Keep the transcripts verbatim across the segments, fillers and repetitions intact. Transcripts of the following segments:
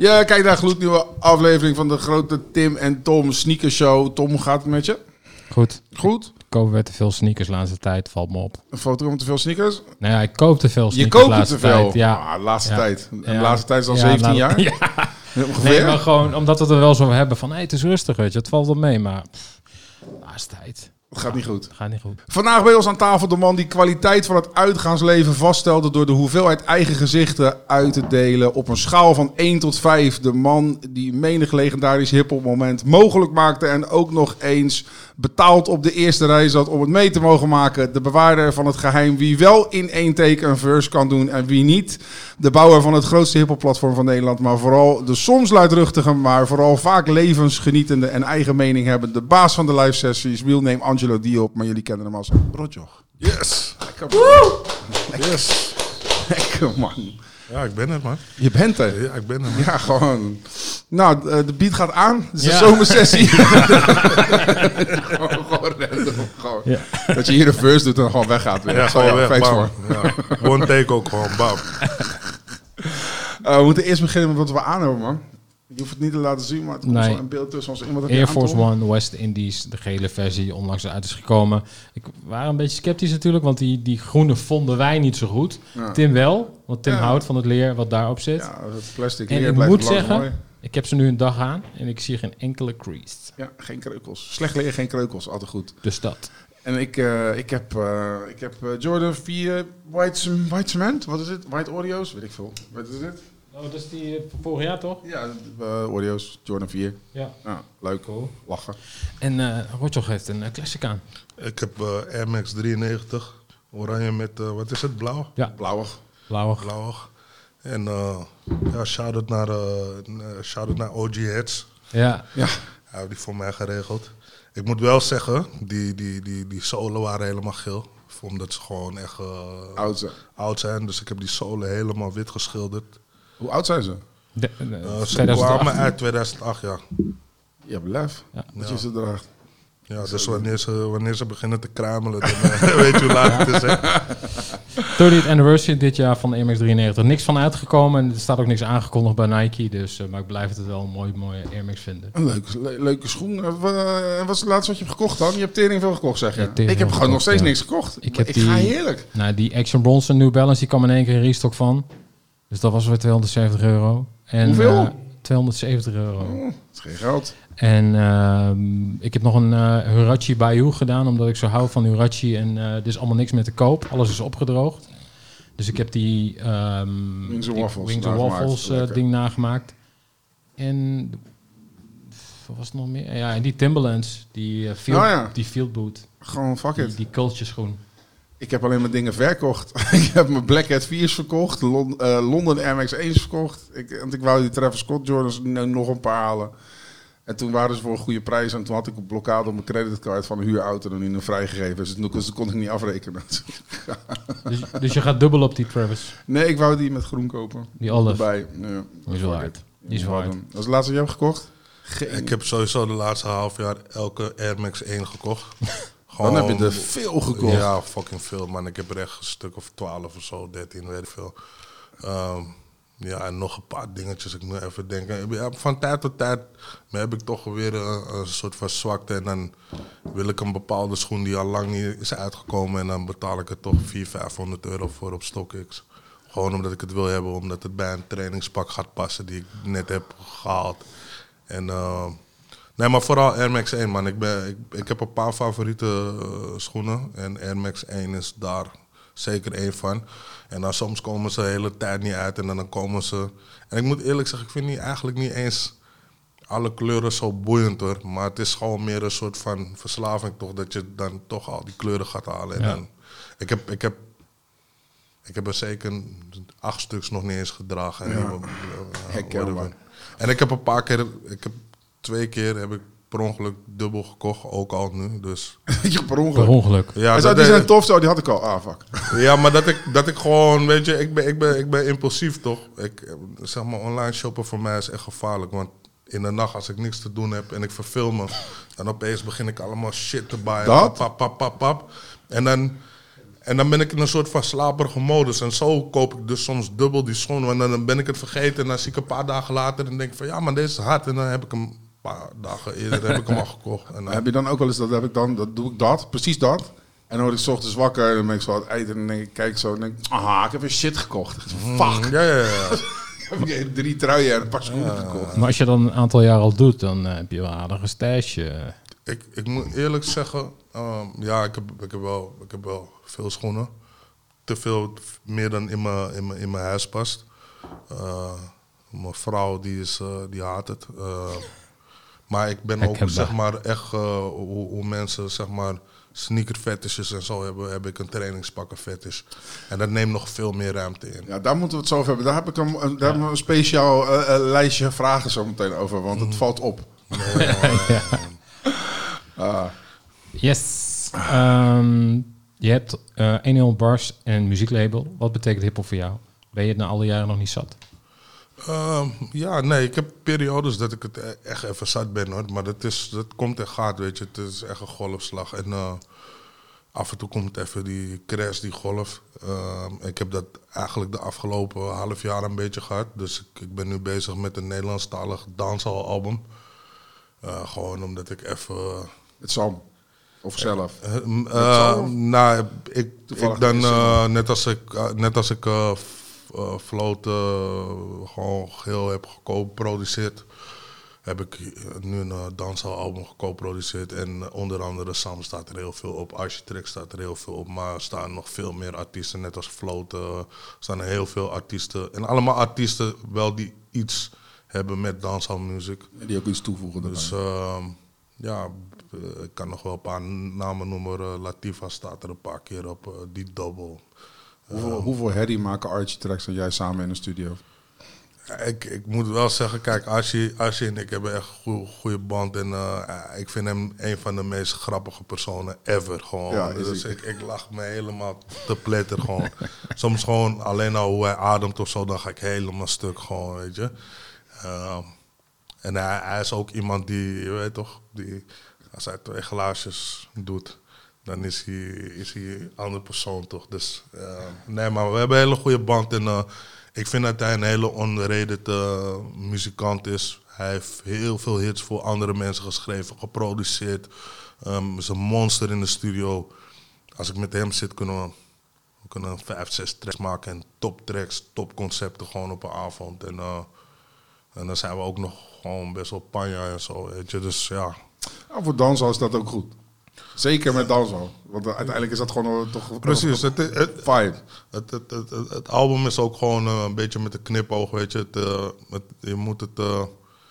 Ja, kijk naar een gloednieuwe aflevering van de grote Tim en Tom Sneaker Show. Tom, hoe gaat het met je? Goed. Goed? Ik koop weer te veel sneakers de laatste tijd, valt me op. Een foto met te veel sneakers? Nou ja, ik koop te veel Je sneakers koopt de er laatste te veel? tijd. Ja. Ah, de laatste Ja. tijd. En de Ja. laatste tijd is al Ja, zeventien nou, jaar? Ja. Ongeveer? Nee, maar gewoon omdat we het er wel zo hebben van, hé, hey, het is rustig, weet je. Het valt wel mee, maar pff, de laatste tijd. Het gaat niet goed. Het gaat niet goed. Vandaag bij ons aan tafel de man die kwaliteit van het uitgaansleven vaststelde door de hoeveelheid eigen gezichten uit te delen op een schaal van één tot vijf. De man die menig legendarisch hiphop moment mogelijk maakte en ook nog eens betaald op de eerste rij zat om het mee te mogen maken. De bewaarder van het geheim wie wel in één take een verse kan doen en wie niet. De bouwer van het grootste hiphop-platform van Nederland, maar vooral de soms luidruchtige, maar vooral vaak levensgenietende en eigen mening hebben. De baas van de live sessies, real name Angelo Diop, maar jullie kennen hem als Rotjoch. Yes. Lekker man. Yes. Lekker man. Ja, ik ben er, man. Je bent er. Ja, ik ben er, man. Ja, gewoon. Nou, de de beat gaat aan. Het is Ja. een zomersessie. gewoon, gewoon random. Gewoon. Ja. Dat je hier de verse doet en dan gewoon weggaat weer. Ja, Zo, gewoon weg, thanks, bam. man. Ja. One take ook gewoon, bam. Uh, we moeten eerst beginnen met wat we aan hebben, man. Je hoeft het niet te laten zien, maar het komt Nee. zo een beeld tussen ons. Iemand heb je Air aan, Force Tom? One, West Indies, de gele versie, onlangs eruit is gekomen. Ik was een beetje sceptisch natuurlijk, want die, die groene vonden wij niet zo goed. Ja. Tim wel, want Tim Ja. houdt van het leer wat daarop zit. Ja, het plastic En leer ik blijft moet lang zeggen, mooi. ik heb ze nu een dag aan en ik zie geen enkele crease. Ja, geen kreukels. Slecht leer, geen kreukels. Altijd goed. Dus dat. En ik, uh, ik heb, uh, ik heb uh, Jordan vier White, White Cement. Wat is het? White Oreos? Weet ik veel. Wat is dit? Oh, dat is die van vorig jaar toch? Ja, uh, Oreos. Jordan vier. Ja. Ja, leuk. Cool. Lachen. En uh, Rotjoch heeft een uh, classic aan. Ik heb uh, Air Max drieënnegentig. Oranje met, uh, wat is het, blauw? Ja, Blauwig. blauwe. Blauwig. En uh, ja, shout-out naar, uh, shout naar O G Heads. Ja. Ja. Hij heeft die voor mij geregeld. Ik moet wel zeggen, die, die, die, die zolen waren helemaal geel. Omdat ze gewoon echt uh, Oud zijn. oud zijn. Dus ik heb die zolen helemaal wit geschilderd. Hoe oud zijn ze? De, de, Uh, ze tweeduizend acht. kwamen uit tweeduizend acht, ja. Je hebt lef. Ja. Dat Ja. je ze draagt. Ja, dus wanneer ze, wanneer ze beginnen te kruimelen, dan uh, weet je hoe laat het is. Hè? dertieth anniversary dit jaar van de Air Max drieënnegentig. Niks van uitgekomen en er staat ook niks aangekondigd bij Nike. Dus, uh, maar ik blijf het wel een mooi, mooie Air Max vinden. Een leuke, le- leuke schoen. En wa- en wat is het laatste wat je hebt gekocht dan? Je hebt tering veel gekocht, zeg je? Ja, tering ik heb veel gewoon nog gekocht, steeds ja. niks gekocht. Ik heb ik die- ga heerlijk. Nou, die Action Bronson New Balance, die kwam in één keer een restock van. Dus dat was weer tweehonderdzeventig euro. En, Hoeveel? Uh, tweehonderdzeventig euro. Oh, dat is geen geld. En uh, ik heb nog een uh, Huarachi Bayou gedaan, omdat ik zo hou van Huarachi. En uh, er is allemaal niks meer te koop. Alles is opgedroogd. Dus ik heb die um, Wings and die Waffles Wings and nagemaakt. Waffles uh, Lekker. ding nagemaakt. En wat was het nog meer? Ja, en die Timberlands, die, uh, field, Oh ja. die Field Boot, Gewoon fuck die, it. die cultje schoen. Ik heb alleen mijn dingen verkocht. ik heb mijn Black Hat vier's verkocht. Lon- uh, London Air Max één's verkocht. Ik, want ik wou die Travis Scott Jordans nu nog een paar halen. En toen waren ze voor een goede prijs. En toen had ik een blokkade op mijn creditcard van een huurauto en nu vrijgegeven. Dus toen dus kon ik niet afrekenen. Dus, dus je gaat dubbel op die Travis. nee, ik wou die met groen kopen. Die olive. Erbij. Ja, Die is wel uit. Die is wel uit. Dat is het laatste wat je hebt gekocht? Geen. Ik heb sowieso de laatste half jaar elke Air Max één gekocht. Dan heb je Gewoon- er veel gekocht. Ja, fucking veel, man. Ik heb er echt een stuk of twaalf of zo, dertien, weet ik veel. Ehm, ja, en nog een paar dingetjes. Ik moet even denken. Ja, van tijd tot tijd heb ik toch weer een, een soort van zwakte. En dan wil ik een bepaalde schoen die al lang niet is uitgekomen. En dan betaal ik er toch vierhonderd, vijfhonderd euro voor op StockX. Gewoon omdat ik het wil hebben, omdat het bij een trainingspak gaat passen die ik net heb gehaald. En... Uh, Nee, maar vooral Air Max één, man. Ik, ben, ik, ik heb een paar favoriete uh, schoenen. En Air Max één is daar zeker één van. En dan soms komen ze de hele tijd niet uit. En dan komen ze... En ik moet eerlijk zeggen, ik vind niet, eigenlijk niet eens alle kleuren zo boeiend, hoor. Maar het is gewoon meer een soort van verslaving, toch? Dat je dan toch al die kleuren gaat halen. En Ja. dan, ik, heb, ik, heb, ik heb er zeker acht stuks nog niet eens gedragen. En, Ja. uh, Herkenbaar. whatever. En ik heb een paar keer... Ik heb, Twee keer heb ik per ongeluk dubbel gekocht, ook al nu. Dus. je per ongeluk. Per ongeluk. Ja, En zo, dat, die zijn tof zo, die had ik al. Ah, fuck. ja, maar dat ik, dat ik gewoon, weet je, ik ben, ik ben, ik ben impulsief, toch? Ik, zeg maar, online shoppen voor mij is echt gevaarlijk. Want in de nacht, als ik niks te doen heb en ik verveel me, dan opeens begin ik allemaal shit te baaien. Dat? Pap, pap, pap, pap. En dan... En dan ben ik in een soort van slaperige modus. En zo koop ik dus soms dubbel die schoenen. En dan ben ik het vergeten. En dan zie ik een paar dagen later en denk ik van ja, maar deze is hard. En dan heb ik hem een paar dagen eerder heb ik hem al gekocht. En dan, Heb je dan ook wel eens, dat heb ik dan, dat doe ik dat, precies dat. En dan word ik 's ochtends wakker en dan ben ik zo aan het eten. En dan denk ik, kijk zo en denk ik, aha, ik heb weer shit gekocht. Fuck. ja, ja, ja. Ik heb drie truien en een paar schoenen gekocht. Maar als je dan een aantal jaar al doet, dan uh, heb je wel een aardige stage. Ik, ik moet eerlijk zeggen, um, ja, ik heb, ik, heb wel, ik heb wel veel schoenen. Te veel, meer dan in mijn, in mijn, in mijn huis past. Uh, mijn vrouw die, is, uh, die haat het. Uh, maar ik ben ook, zeg maar, echt uh, hoe, hoe mensen, zeg maar, sneaker fetishes en zo hebben, heb ik een trainingspakken fetish. En dat neemt nog veel meer ruimte in. Ja, daar moeten we het zo over hebben. Daar heb ik een, een, daar hebben we een speciaal uh, uh, lijstje vragen zo meteen over, want het valt op. Nee, maar, ja. Ah. Yes. Um, je hebt uh, honderd bars en een muzieklabel. Wat betekent hiphop voor jou? Ben je het na alle jaren nog niet zat? Uh, ja, nee, ik heb periodes dat ik het echt even zat ben, hoor. Maar dat, is, dat komt en gaat, weet je. Het is echt een golfslag. En uh, af en toe komt even die crash, die golf. Uh, ik heb dat eigenlijk de afgelopen half jaar een beetje gehad. Dus ik, ik ben nu bezig met een Nederlandstalig dancehall album. Uh, gewoon omdat ik even... Uh, Het Sam. Of zelf? Uh, uh, nou, ik, ik dan, uh, net als ik, uh, net als ik uh, uh, Float uh, gewoon geheel heb geco-produceerd, heb ik nu een uh, dancehall album geco-produceerd. En uh, onder andere Sam staat er heel veel op, Architect staat er heel veel op, maar er staan nog veel meer artiesten, net als Float, uh, staan er heel veel artiesten. En allemaal artiesten wel die iets hebben met dancehall music. Die ook iets toevoegen. Dus uh, ja, ik kan nog wel een paar namen noemen. Uh, Latifa staat er een paar keer op, uh, die Double. Hoeveel, uh, hoeveel herrie maken Archie Tracks en jij samen in de studio? Ik, ik moet wel zeggen, kijk, Archie, Archie en ik hebben echt een goede band. En uh, ik vind hem een van de meest grappige personen ever. Gewoon. Ja, dus ik, ik lach me helemaal te pletter. Gewoon. Soms gewoon alleen al hoe hij ademt of zo, dan ga ik helemaal stuk. Gewoon, weet je. Uh, en hij, hij is ook iemand die, je weet toch, die, als hij twee glaasjes doet, dan is hij, is hij een andere persoon toch. Dus uh, nee, maar we hebben een hele goede band. En uh, ik vind dat hij een hele onderrated uh, muzikant is. Hij heeft heel veel hits voor andere mensen geschreven, geproduceerd. Um, is een monster in de studio. Als ik met hem zit, kunnen we, we kunnen vijf, zes tracks maken. En top tracks, top concepten gewoon op een avond. En, uh, en dan zijn we ook nog gewoon best wel panja en zo, weet je. Dus ja. Ja, voor dancehall is dat ook goed. Zeker met dancehall. Want uiteindelijk is dat gewoon toch... Precies. Het, het, het, vibe. Het, het, het, het, het album is ook gewoon uh, een beetje met een knipoog, weet je. Het, uh, het, je moet het... Uh,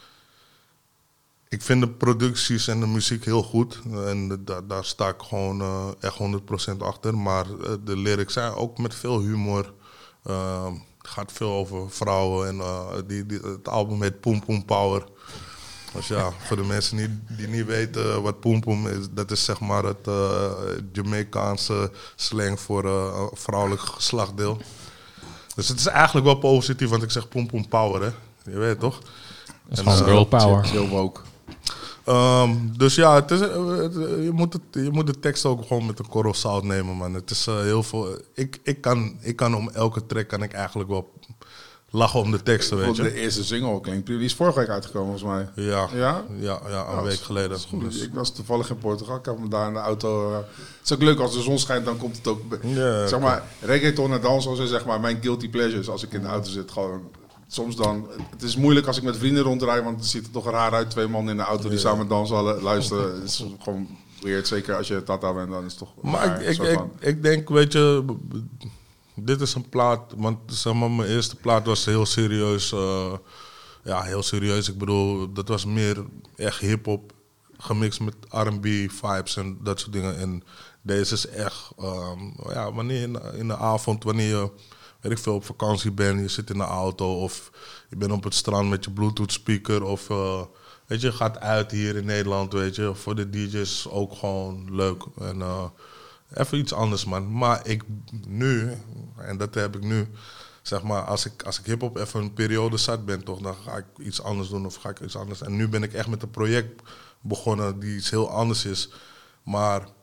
ik vind de producties en de muziek heel goed. En de, da, daar sta ik gewoon uh, echt honderd procent achter. Maar uh, de lyrics zijn ook met veel humor. Uh, het gaat veel over vrouwen. En uh, die, die, het album heet Poem Poem Power. Dus ja, voor de mensen die, die niet weten wat Poem Poem is, dat is zeg maar het uh, Jamaicaanse slang voor uh, een vrouwelijk geslachtdeel. Dus het is eigenlijk wel positief, want ik zeg Poem Poem Power, hè. Je weet toch? Dat is en, gewoon uh, girl power. Heel woke. Um, dus ja, het is, uh, het, uh, je, moet het, je moet de tekst ook gewoon met een korrel zout nemen, man. Het is uh, heel veel. Ik, ik, kan, ik kan om elke track kan ik eigenlijk wel lachen om de teksten, weet je. De eerste single klinkt. Die is vorige week uitgekomen, volgens mij. Ja, ja? ja, ja een oh, week geleden. Dus. Ik was toevallig in Portugal. Ik had me daar in de auto... Uh, het is ook leuk als de zon schijnt, dan komt het ook... Ja, zeg maar, reggaeton en dancehall zijn zeg maar mijn guilty pleasures als ik in de auto zit. Gewoon... Soms dan, het is moeilijk als ik met vrienden rondrijd, want het ziet er toch raar uit. Twee mannen in de auto die ja. samen dansen, luisteren. Het is gewoon weird. Zeker als je tata bent, dan is het toch... Maar raar, ik, ik, ik, ik denk, weet je, dit is een plaat, want zeg maar, mijn eerste plaat was heel serieus. Uh, ja, heel serieus. Ik bedoel, dat was meer echt hip-hop gemixt met R en B vibes en dat soort dingen. En deze is echt, um, ja, wanneer in de, in de avond, wanneer je... weet ik veel, op vakantie ben, je zit in de auto of je bent op het strand met je Bluetooth speaker of uh, weet je, je gaat uit hier in Nederland, weet je. Voor de D J's ook gewoon leuk en uh, even iets anders, man. Maar ik nu, en dat heb ik nu, zeg maar, als ik, als ik hiphop even een periode zat ben, toch, dan ga ik iets anders doen of ga ik iets anders. En nu ben ik echt met een project begonnen die iets heel anders is, maar...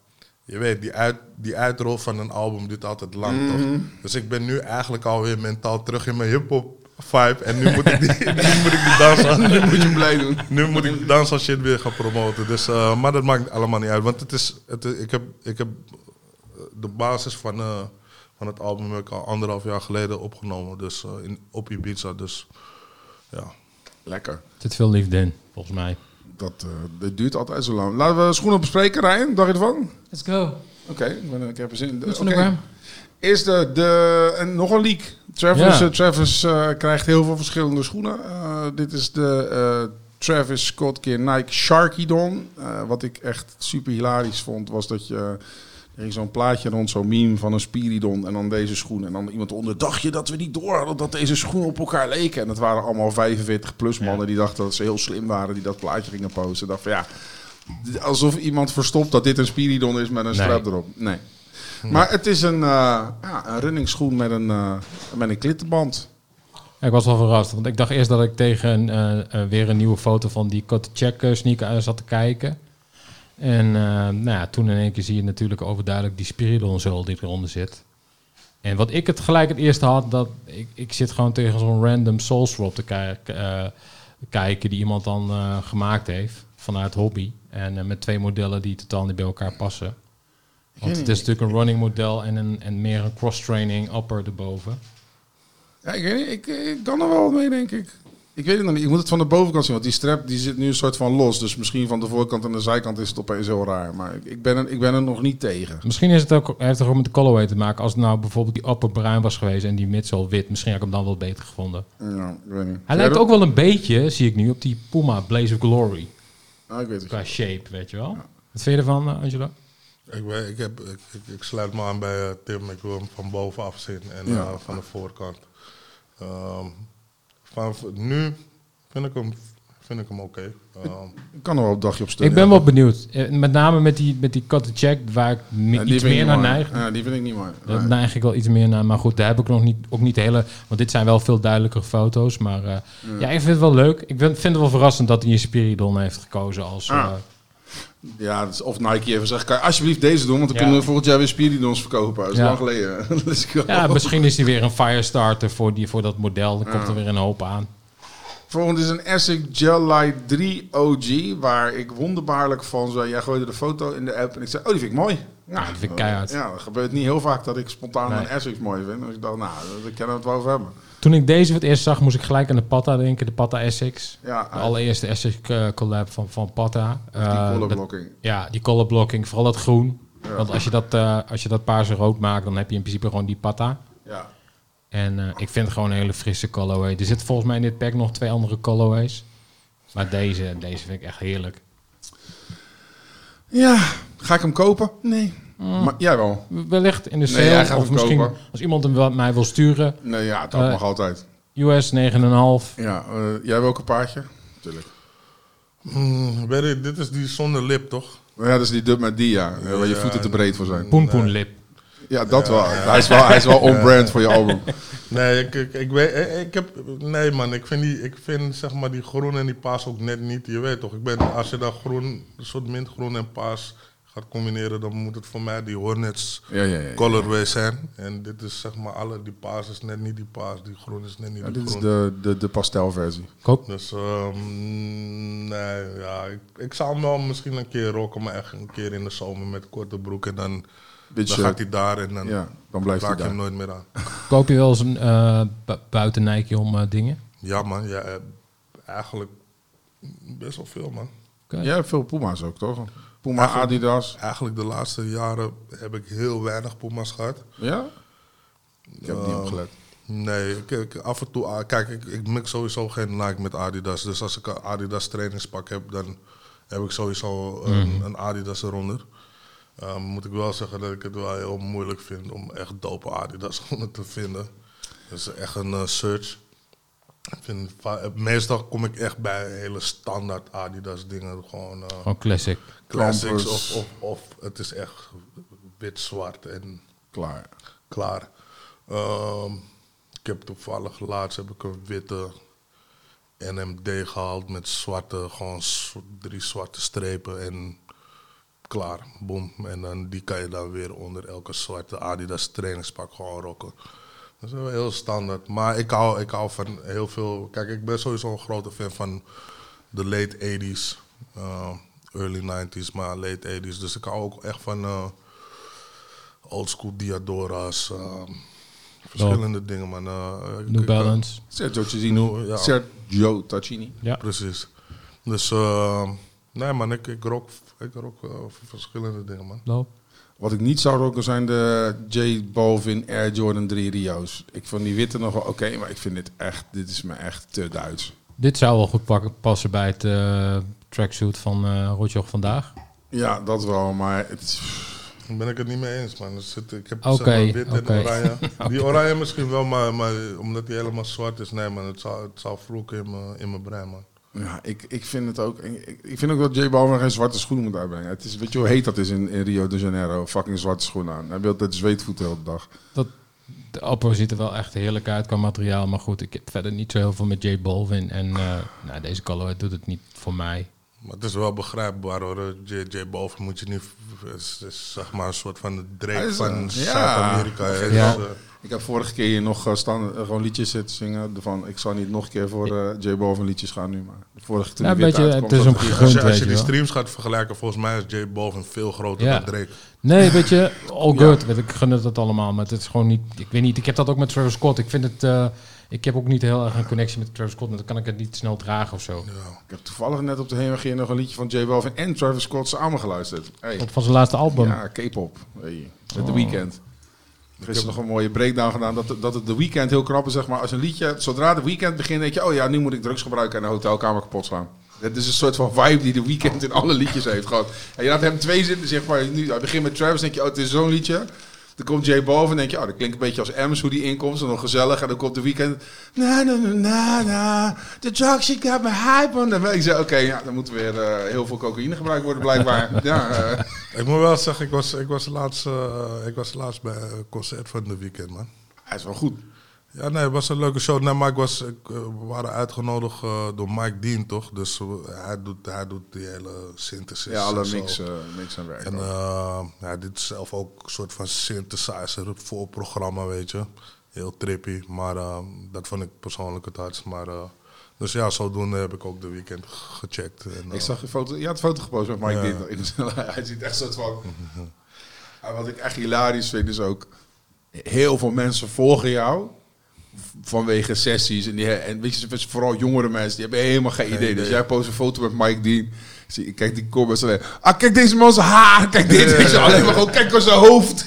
je weet, die, uit, die uitrol van een album duurt altijd lang, Mhm. toch? Dus ik ben nu eigenlijk alweer mentaal terug in mijn hip-hop vibe. En nu moet ik die, nu moet ik die dansen. Nu moet je blij doen. Nu moet ik dansen shit weer gaan promoten. Dus, uh, maar dat maakt allemaal niet uit. Want het is, het, ik, heb, ik heb de basis van, uh, van het album heb ik al anderhalf jaar geleden opgenomen. Dus uh, in, op Ibiza. Dus ja. Lekker. Er zit veel liefde in, volgens mij. Dat, uh, dat duurt altijd zo lang. Laten we schoenen bespreken, Ryan. Dacht je ervan? Let's go. Oké, okay, ik, ben- ik heb er zin in. Goed van Oké. de gram. Is de, de, en nog een leak. Travis, Ja. uh, Travis uh, krijgt heel veel verschillende schoenen. Uh, dit is de uh, Travis Scott keer Nike Sharkydon. Uh, wat ik echt super hilarisch vond, was dat je... Er ging zo'n plaatje rond, zo'n meme van een Spiridon en dan deze schoen. En dan iemand onder, dacht je dat we niet door hadden dat deze schoenen op elkaar leken? En het waren allemaal vijfenveertig plus mannen Ja. die dachten dat ze heel slim waren, die dat plaatje gingen posten. Dacht van ja, alsof iemand verstopt dat dit een Spiridon is met een Nee. strap erop. Nee. Maar het is een, uh, ja, een runningschoen met een, uh, met een klittenband. Ja, ik was wel verrast, want ik dacht eerst dat ik tegen uh, uh, weer een nieuwe foto van die Kotichek uh, sneaker uh, zat te kijken. En uh, nou ja, toen in één keer zie je natuurlijk overduidelijk die Spiridon zool die eronder zit. En wat ik het gelijk het eerste had, dat ik, ik zit gewoon tegen zo'n random soulswap te ki- uh, kijken die iemand dan uh, gemaakt heeft vanuit hobby. En uh, met twee modellen die totaal niet bij elkaar passen. Want het is natuurlijk een running model en, een, en meer een cross-training upper erboven. Ja, ik weet niet, ik, ik kan er wel wat mee, denk ik. Ik weet het nog niet. Ik moet het van de bovenkant zien, want die strap die zit nu een soort van los. Dus misschien van de voorkant en de zijkant is het opeens heel raar. Maar ik, ik, ben, er, ik ben er nog niet tegen. Misschien is het ook, heeft het ook met de colorway te maken. Als het nou bijvoorbeeld die upper bruin was geweest en die midsole wit, misschien had ik hem dan wel beter gevonden. Ja, ik weet niet. Hij lijkt ook wel een beetje, zie ik nu, op die Puma Blaze of Glory. Ah, ik weet het. Qua shape, weet je wel. Wat vind je ervan, uh, Angelo? Ik, weet, ik, heb, ik, ik, ik sluit me aan bij uh, Tim. Ik wil hem van bovenaf zien en Ja. uh, van de voorkant. Um, van nu vind ik hem, vind ik hem oké. Okay. Um, Ik kan er wel een dagje op steunen. Ik ben wel benieuwd. Eh, Met name met die, met die Kotichek, waar ik me- Ja, die iets vind ik meer niet naar mooi. neig. Ja, die vind ik niet mooi. Daar Nee. neig ik wel iets meer naar. Maar goed, daar heb ik nog niet, ook niet de hele... Want dit zijn wel veel duidelijkere foto's. Maar uh, ja. ja, ik vind het wel leuk. Ik vind, vind het wel verrassend dat hij een Spiridon heeft gekozen als... Ah. Uh, Ja, dus of Nike even zegt, kan je alsjeblieft deze doen, want dan Ja. kunnen we volgend jaar weer Spiridons verkopen. Dat is Ja. lang geleden. Let's go. ja, misschien is hij weer een firestarter voor, die, voor dat model. Dan komt Ja. er weer een hoop aan. Volgende is een Essex Gel Light drie O G, waar ik wonderbaarlijk van zei, jij gooide de foto in de app en ik zei, oh die vind ik mooi. Ja, die vind ik keihard. Ja, dat gebeurt niet heel vaak dat ik spontaan Nee. een Essex mooi vind. Dus ik dacht, nou, daar kunnen we het wel over hebben. Toen ik deze voor het eerst zag, moest ik gelijk aan de Patta denken. De Patta Essex. Ja, De allereerste Essex uh, collab van, van Patta. die Uh, color dat- blocking. Ja, die color blocking. Vooral dat groen. Ja. Want als je dat, uh, als je dat paars en rood maakt, dan heb je in principe gewoon die Patta. Ja. En uh, ik vind het gewoon een hele frisse colorway. Er zitten volgens mij in dit pack nog twee andere colorways. Maar deze, deze vind ik echt heerlijk. Ja, ga ik hem kopen? Nee. Maar jij wel? Wellicht in de Nee, sale. jij gaat of hem misschien kopen. als iemand hem wel- mij wil sturen. Nee, ja, dat Uh, mag altijd. U S negen komma vijf. Ja, uh, jij wil ook een paardje? Tuurlijk. mm, weet je, dit is die zonder lip, toch? Maar ja, dat is die dub met die, ja. uh, waar je Ja, voeten te breed voor zijn. Poen Poen Lip. Ja, dat wel. Hij is wel, hij is wel on-brand voor je album. Nee, ik, ik, ik weet, ik, ik heb, nee man, ik vind, die, ik vind zeg maar die groen en die paas ook net niet. Je weet toch, ik ben, als je dan groen, een soort mintgroen en paas gaat combineren, dan moet het voor mij die Hornets Ja, ja, ja. colorway zijn. En dit is zeg maar alle, die paas is net niet die paas, die groen is net niet Ja, die dit is groen. de, de, de pastelversie. Koop. Dus um, nee, ja, ik, ik zou hem wel misschien een keer rocken, maar echt een keer in de zomer met korte broek en dan, Dit dan shirt. gaat hij daar en dan Ja, dan blijft hij raak je daar. hem nooit meer aan. Koop je wel eens een uh, bu- buiten Nike om uh, dingen? Ja man, ja, eh, eigenlijk best wel veel man. Okay. Jij hebt veel Puma's ook, toch? Puma, Eigenlijk- Adidas. Eigenlijk de laatste jaren heb ik heel weinig Puma's gehad. Ja? Ik heb niet Uh, opgelet. Nee, ik, ik- af en toe... ah, Kijk, ik, ik mix sowieso geen Nike met Adidas. Dus als ik een Adidas trainingspak heb, dan heb ik sowieso een, een Adidas eronder. Um, moet ik wel zeggen dat ik het wel heel moeilijk vind om echt dope Adidas schoenen te vinden. Dus echt een uh, search. Ik vind, va- meestal kom ik echt bij hele standaard Adidas dingen. Gewoon uh, Gewoon classic. classics Campus. of, of, of het is echt wit-zwart en Klaar. klaar. Ehm, ik heb toevallig laatst heb ik een witte N M D gehaald met zwarte, gewoon s- drie zwarte strepen en klaar, boom. En dan, die kan je dan weer onder elke zwarte Adidas trainingspak gewoon rocken. Dat is wel heel standaard. Maar ik hou, ik hou van heel veel... Kijk, ik ben sowieso een grote fan van de late eighties. Uh, early nineties, maar late eighties. Dus ik hou ook echt van uh, oldschool Diadora's. Uh, verschillende oh. dingen, man. Uh, New ik, Balance. Sergio Tacchini. Ja. Sergio Tacchini. Ja. Precies. Dus, uh, nee man, ik, ik rock, ik rock uh, verschillende dingen, man. No. Wat ik niet zou rocken zijn de J Balvin Air Jordan drie Rio's. Ik vond die witte nog wel oké, okay, maar ik vind dit echt, dit is me echt te Duits. Dit zou wel goed pakken, passen bij het uh, tracksuit van uh, Rotjoch vandaag. Ja, dat wel, maar het is... Daar ben ik het niet mee eens, man. Dus het, ik heb okay, zeg maar, wit okay. en oranje. okay. Die oranje misschien wel, maar, maar omdat hij helemaal zwart is, nee man, het zal, het zal vloeken in mijn, in mijn brein, man. Ja, ik, ik vind het ook. Ik, ik vind ook dat J Balvin geen zwarte schoenen moet uitbrengen. Het is, weet je hoe heet dat is in, in Rio de Janeiro? Fucking zwarte schoenen aan. Hij wil altijd zweetvoeten de hele dag. Dat, de Oppo ziet er wel echt heerlijk uit qua materiaal. Maar goed, ik heb verder niet zo heel veel met J Balvin. En uh, nou, deze colorway doet het niet voor mij. Maar het is wel begrijpbaar hoor. J J Balvin moet je niet... is, is zeg maar een soort van de Drake van ja. Zuid-Amerika. Ja. Ja. Dus, uh, ik heb vorige keer hier nog uh, staan, uh, gewoon liedjes zitten zingen. Van, ik zal niet nog een keer voor uh, J Balvin liedjes gaan nu. Maar de vorige toen ja, die beetje, uitkomt, het is om gegund, als je, als je die streams gaat vergelijken, volgens mij is J Balvin veel groter ja. dan Drake. Nee, weet je, all good. Ja. Weet, ik gun het dat allemaal. Maar het is gewoon niet... Ik weet niet, ik heb dat ook met Travis Scott. Ik vind het... Uh, Ik heb ook niet heel erg een connectie met Travis Scott. Dan kan ik het niet snel dragen of zo. Ja. Ik heb toevallig net op de heenweg hier nog een liedje van J Balvin en Travis Scott samen geluisterd. Hey. Van zijn laatste album? Ja, K-pop. Hey. Met The Weeknd. Er is nog een mooie breakdown gedaan dat, dat het The Weeknd heel knap is. Zeg maar, als een liedje, zodra The Weeknd begint, denk je... oh ja, nu moet ik drugs gebruiken en de hotelkamer kapot slaan. Het is een soort van vibe die The Weeknd in alle liedjes heeft gehad. En je laat hem twee zitten, zeg maar. Nu, hij begint met Travis, denk je, oh, het is zo'n liedje... Dan komt J Balvin en denk je, oh, dat klinkt een beetje als Ems, hoe die inkomt. Zo nog gezellig. En dan komt de Weeknd. Na, na, na, na, na. The drug shit got me hype on. Dan ik zei, oké, okay, ja, dan moet weer uh, heel veel cocaïne gebruikt worden, blijkbaar. ja, uh. Ik moet wel zeggen, ik was, ik was, laatst, uh, ik was laatst bij een concert van The Weeknd, man. Hij is wel goed. Ja, nee, het was een leuke show. Nee, maar ik was, ik, uh, we waren uitgenodigd uh, door Mike Dean, toch? Dus uh, hij, doet, hij doet die hele synthesis. Ja, alle mix, uh, mix en werk. En uh, hij doet zelf ook een soort van synthesizer voor het programma, weet je. Heel trippy, maar uh, dat vond ik persoonlijk het hardst. Maar, uh, dus ja, zodoende heb ik ook de Weeknd gecheckt. En, uh, ik zag je foto, je had een foto gepost met Mike ja. Dean. Hij ziet echt soort van... En wat ik echt hilarisch vind is ook... Heel veel mensen volgen jou... vanwege sessies en, die, en weet je, vooral jongere mensen, die hebben helemaal geen idee. Dus jij post een foto met Mike Dean. Zie, kijk die comments alleen. Ah, kijk deze man zijn haar. Kijk dit. Ja, ja, ja. Alleen maar gewoon kijk op zijn hoofd.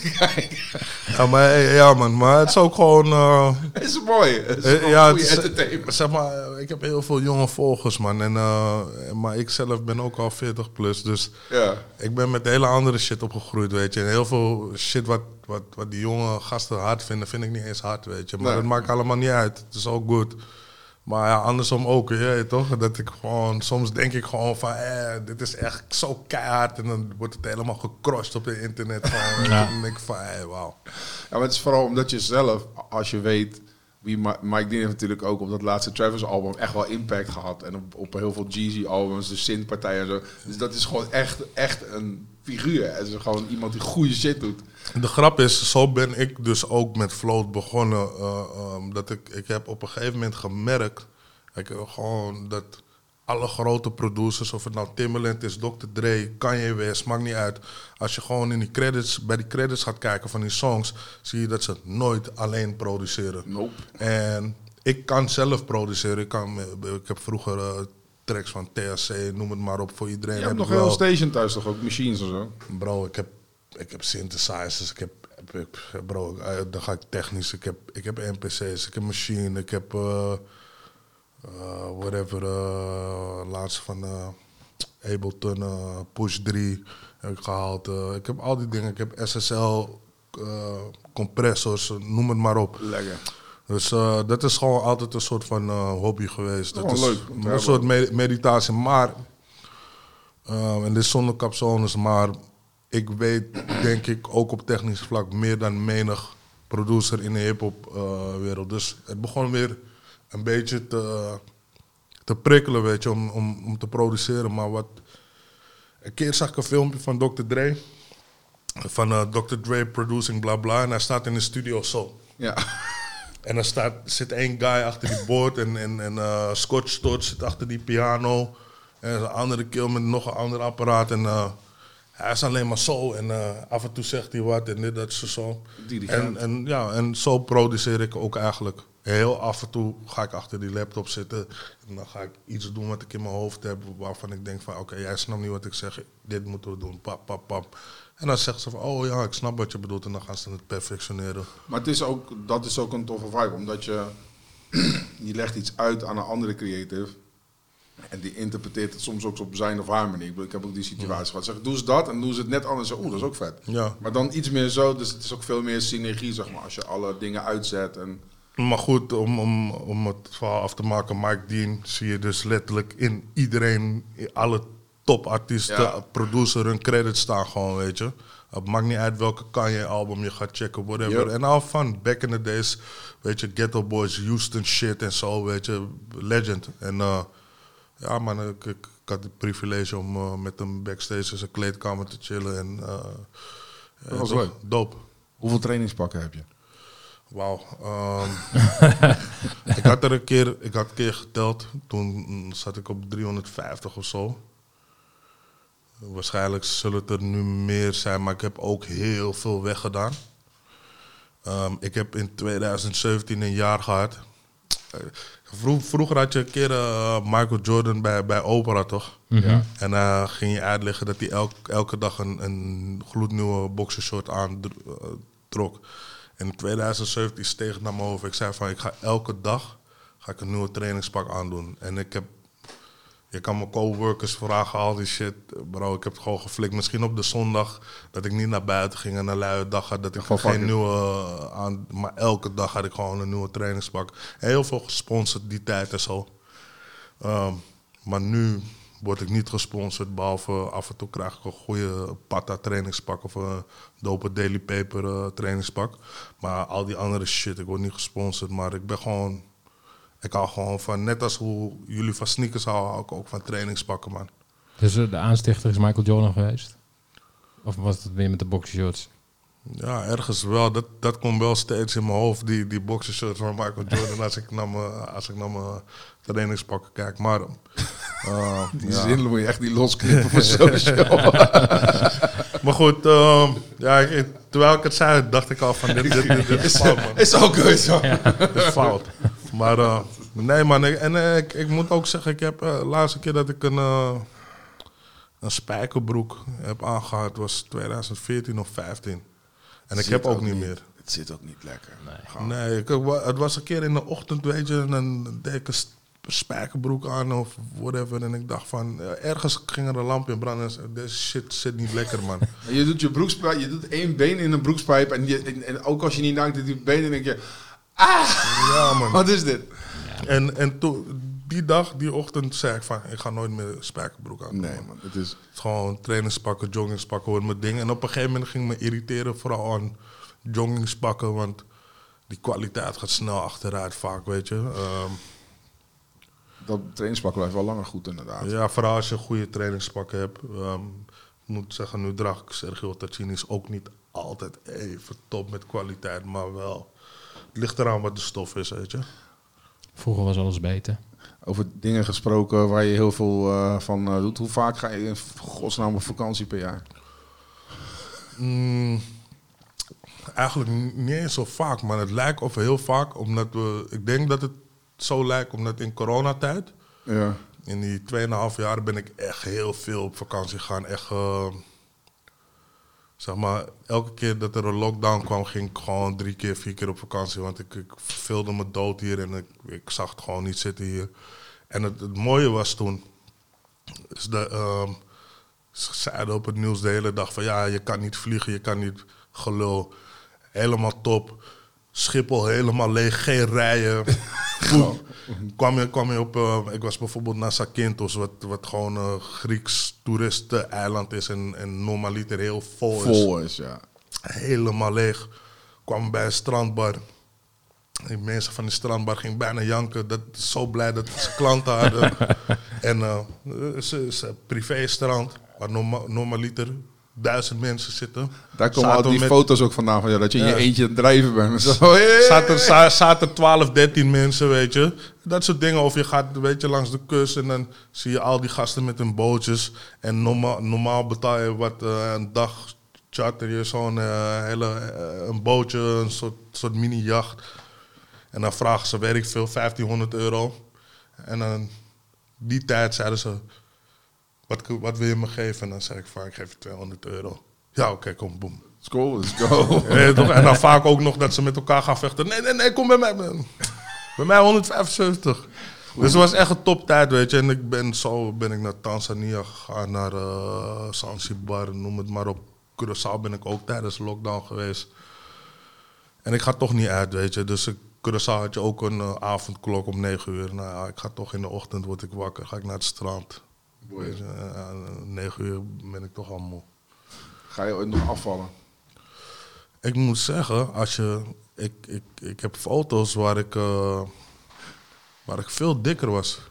ja, maar, ja, man. Maar het is ook gewoon... Uh, het is mooi. Het is uh, ja, goede entertainment. Zeg maar, ik heb heel veel jonge volgers, man. En, uh, maar ik zelf ben ook al veertig plus. Dus ja. ik ben met hele andere shit opgegroeid, weet je. En heel veel shit wat, wat, wat die jonge gasten hard vinden, vind ik niet eens hard, weet je. Maar nee. dat maakt allemaal niet uit. Het is ook goed. Maar ja, andersom ook, je, toch? Dat ik gewoon, soms denk ik gewoon van, eh, dit is echt zo keihard. En dan wordt het helemaal gecroshed op het internet. Gewoon, ja. En dan denk ik van, hé, wauw. Ja, maar het is vooral omdat je zelf, als je weet, wie Ma- Mike Dean heeft natuurlijk ook op dat laatste Travis album echt wel impact gehad. En op, op heel veel Jeezy albums, de synthpartijen en zo. Dus dat is gewoon echt, echt een figuur. Het is gewoon iemand die goede shit doet. De grap is, zo ben ik dus ook met Float begonnen. Uh, um, dat ik, ik heb op een gegeven moment gemerkt, ik, uh, gewoon dat alle grote producers, of het nou Timbaland is, dokter Dre, Kanye West, maakt niet uit. Als je gewoon in die credits, bij die credits gaat kijken van die songs, zie je dat ze nooit alleen produceren. Nope. En ik kan zelf produceren. Ik, kan, ik heb vroeger uh, tracks van T H C, noem het maar op, voor iedereen. Je hebt nog wel een station thuis toch, ook machines of zo? Bro, ik heb Ik heb synthesizers, ik heb, ik, bro, dan ga ik technisch. Ik heb, ik heb N P C's, ik heb machine, ik heb uh, uh, whatever, uh, laatst van uh, Ableton, uh, Push drie heb ik gehaald. Uh, ik heb al die dingen, ik heb S S L, uh, compressors, noem het maar op. Lekker. Dus uh, dat is gewoon altijd een soort van uh, hobby geweest. Dat oh, is leuk. een soort med- meditatie, maar, uh, en dit is zonder capsones, maar... Ik weet, denk ik, ook op technisch vlak meer dan menig producer in de hip-hop uh, wereld. Dus het begon weer een beetje te, te prikkelen, weet je, om, om, om te produceren. Maar wat Een keer zag ik een filmpje van dokter Dre. Van uh, dokter Dre producing bla bla. En hij staat in de studio zo. Ja. En er staat, zit één guy achter die board. En, en, en uh, Scott Storch zit achter die piano. En een andere kill met nog een ander apparaat. En uh, hij is alleen maar zo. En uh, af en toe zegt hij wat en dit, dat, zo, zo. En, en, ja, en zo produceer ik ook eigenlijk. Heel af en toe ga ik achter die laptop zitten. En dan ga ik iets doen wat ik in mijn hoofd heb. Waarvan ik denk van, oké, okay, jij snapt niet wat ik zeg. Dit moeten we doen, pap, pap, pap. En dan zeggen ze van, oh ja, ik snap wat je bedoelt. En dan gaan ze het perfectioneren. Maar het is ook, dat is ook een toffe vibe. Omdat je, je legt iets uit aan een andere creative. En die interpreteert het soms ook op zijn of haar manier. Ik, bedoel, ik heb ook die situatie gehad. Zeg, doe ze dat en doen ze het net anders. Oeh, dat is ook vet. Ja. Maar dan iets meer zo. Dus het is ook veel meer synergie, zeg maar. Als je alle dingen uitzet. En Maar goed, om, om, om het verhaal af te maken. Mike Dean zie je dus letterlijk in iedereen, in alle topartiesten, Ja. producer, hun credits staan gewoon, weet je. Het maakt niet uit welke Kanye-album je gaat checken, whatever. Yep. En al van back in the days, weet je, Ghetto Boys, Houston shit en zo, weet je, legend. En uh, ja man, ik, ik, ik had het privilege om uh, met hem backstage in zijn kleedkamer te chillen. En, uh, dat was toch leuk. Dope. Hoeveel trainingspakken heb je? Wauw. Um, ik had er een keer, ik had een keer geteld. Toen zat ik op driehonderdvijftig of zo. Waarschijnlijk zullen het er nu meer zijn, maar ik heb ook heel veel weggedaan. Um, ik heb in tweeduizend zeventien een jaar gehad. Vro- vroeger had je een keer uh, Michael Jordan bij, bij Opera, toch? Mm-hmm. Ja. En dan uh, ging je uitleggen dat hij elk, elke dag een, een gloednieuwe boxershort aantrok. En in tweeduizend zeventien steeg het naar mijn hoofd. Ik zei van, ik ga elke dag ga ik een nieuwe trainingspak aandoen. En ik heb, je kan mijn coworkers vragen, al die shit. Bro, ik heb het gewoon geflikt. Misschien op de zondag dat ik niet naar buiten ging en een luie dag had. Dat ik Gewoon geen fuck it. nieuwe uh, aan... Maar elke dag had ik gewoon een nieuwe trainingspak. En heel veel gesponsord die tijd en zo. Um, maar nu word ik niet gesponsord, behalve af en toe krijg ik een goede Pata trainingspak of een dope Daily Paper uh, trainingspak. Maar al die andere shit, ik word niet gesponsord, maar ik ben gewoon, ik hou gewoon van, net als hoe jullie van sneakers houden, hou ik ook van trainingspakken, man. Dus uh, de aanstichter is Michael Jordan geweest? Of was het weer met de boxershorts? Ja, ergens wel. Dat, dat komt wel steeds in mijn hoofd, die, die boxershorts van Michael Jordan, als ik naar mijn, als ik naar mijn trainingspakken kijk. Maar uh, Die ja. zin moet je echt niet losknippen voor social. Maar goed, uh, ja, ik, terwijl ik het zei, dacht ik al van dit, dit, dit, dit is fout, man. Is ook goed zo. Dit is fout. Maar uh, nee, man. Ik, en uh, ik, ik moet ook zeggen, ik heb uh, de laatste keer dat ik een, uh, een spijkerbroek heb aangehad, was tweeduizend veertien of vijftien. En ik Zit heb ook, ook niet niet. meer. Het zit ook niet lekker. Nee. Nee, ik, het was een keer in de ochtend, weet je, en dan deed ik een sp- spijkerbroek aan of whatever. En ik dacht van, uh, ergens ging er een lamp in branden en zei, deze shit zit niet lekker, man. Je doet je broekspijp, je doet één been in een broekspijp en, je, en, en ook als je niet naakt doet die benen, denk je, Ja, man. wat is dit? En, en toen, die dag, die ochtend, zei ik van, ik ga nooit meer een spijkerbroek aan. Nee man, het is... Het is gewoon trainingspakken, joggingspakken worden mijn ding. En op een gegeven moment ging me irriteren, vooral aan joggingspakken, want die kwaliteit gaat snel achteruit vaak, weet je. Um, Dat trainingspak blijft wel langer goed inderdaad. ja, vooral als je goede trainingspakken hebt. Um, ik moet zeggen, nu draag ik Sergio Tacchini is ook niet altijd even top met kwaliteit, maar wel. Het ligt eraan wat de stof is, weet je. Vroeger was alles beter. Over dingen gesproken waar je heel veel uh, van uh, doet. Hoe vaak ga je in godsnaam op vakantie per jaar? Mm, eigenlijk niet eens zo vaak, maar het lijkt of heel vaak, omdat we, ik denk dat het zo lijkt, omdat in coronatijd, Ja. in die tweeënhalf jaar ben ik echt heel veel op vakantie gegaan. Echt, uh, zeg maar, elke keer dat er een lockdown kwam, ging ik gewoon drie keer, vier keer op vakantie. Want ik, ik verveelde me dood hier en ik, ik zag het gewoon niet zitten hier. En het, het mooie was toen, is de, um, ze zeiden op het nieuws de hele dag van ja, je kan niet vliegen, je kan niet gelul. Helemaal top. Schiphol helemaal leeg, geen rijen. Toen kwam je, kwam je op, uh, ik was bijvoorbeeld naar Zakynthos, wat, wat gewoon een uh, Grieks toeristeneiland is en, en normaliter heel vol is. Vol is, ja. Helemaal leeg. Kwam bij een strandbar. Die mensen van die strandbar gingen bijna janken. Dat zo blij dat ze klanten hadden. En uh, het is een privé strand. waar norma- normaliter duizend mensen zitten. Daar komen al Zaten die met- foto's ook vandaan van ja, dat je in Ja. je eentje aan het drijven bent. Zo, hey. Zaten, za- zaten twaalf, dertien mensen, weet je. Dat soort dingen. Of je gaat weet je, langs de kust en dan zie je al die gasten met hun bootjes. En normaal, normaal betaal je wat uh, een dag charter je zo'n uh, hele uh, een bootje, een soort, soort mini-jacht. En dan vragen ze, weet ik veel, vijftienhonderd euro. En dan die tijd zeiden ze, wat, wat wil je me geven? En dan zei ik van, ik geef je tweehonderd euro. Ja, oké, okay, kom, boem. Let's go, let's go. Ja, toch? En dan vaak ook nog dat ze met elkaar gaan vechten. Nee, nee, nee, kom bij mij. Bij mij honderdvijfenzeventig. Dus het was echt een toptijd, weet je. En ik ben zo ben ik naar Tanzania gegaan, naar uh, Zanzibar, noem het maar op. Curaçao ben ik ook tijdens de lockdown geweest. En ik ga toch niet uit, weet je. Dus ik, Curaçao had je ook een uh, avondklok om negen uur. Nou ja, ik ga toch in de ochtend, word ik wakker, ga ik naar het strand. Weet je, uh, negen uur ben ik toch al moe. Ga je ooit nog afvallen? Ik moet zeggen, als je, ik, ik, ik heb foto's waar ik, uh, waar ik veel dikker was.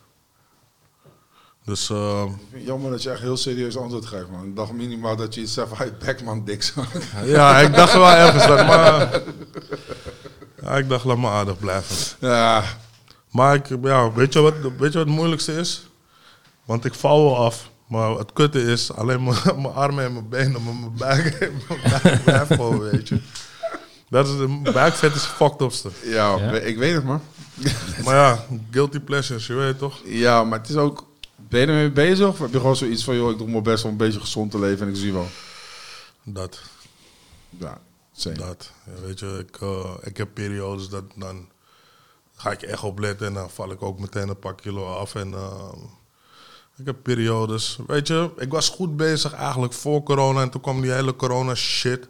Dus, uh, Jammer dat je echt heel serieus antwoord geeft, man. Ik dacht minimaal dat je iets zei van, hey, Beckman dik zo. ja, ik dacht wel ergens dat, maar ja, ik dacht, laat me aardig blijven. Ja, Maar ik, ja, weet je wat, weet je wat het moeilijkste is? Want ik val wel af. Maar het kutte is alleen mijn mijn armen en mijn benen, maar mijn buik, mijn buik blijft gewoon, weet je. Dat is de buikvet is het fucked upste. ja, Ja. ik weet het, man. Maar ja, guilty pleasures, je weet toch? Ja, maar het is ook... Ben je ermee bezig? Of heb je gewoon zoiets van, joh, ik doe mijn best om een beetje gezond te leven en ik zie wel. Dat, Ja, same. dat. Ja, weet je, ik, uh, ik heb periodes dat dan ga ik echt opletten en dan val ik ook meteen een paar kilo af. En uh, ik heb periodes, weet je, ik was goed bezig eigenlijk voor corona en toen kwam die hele corona shit.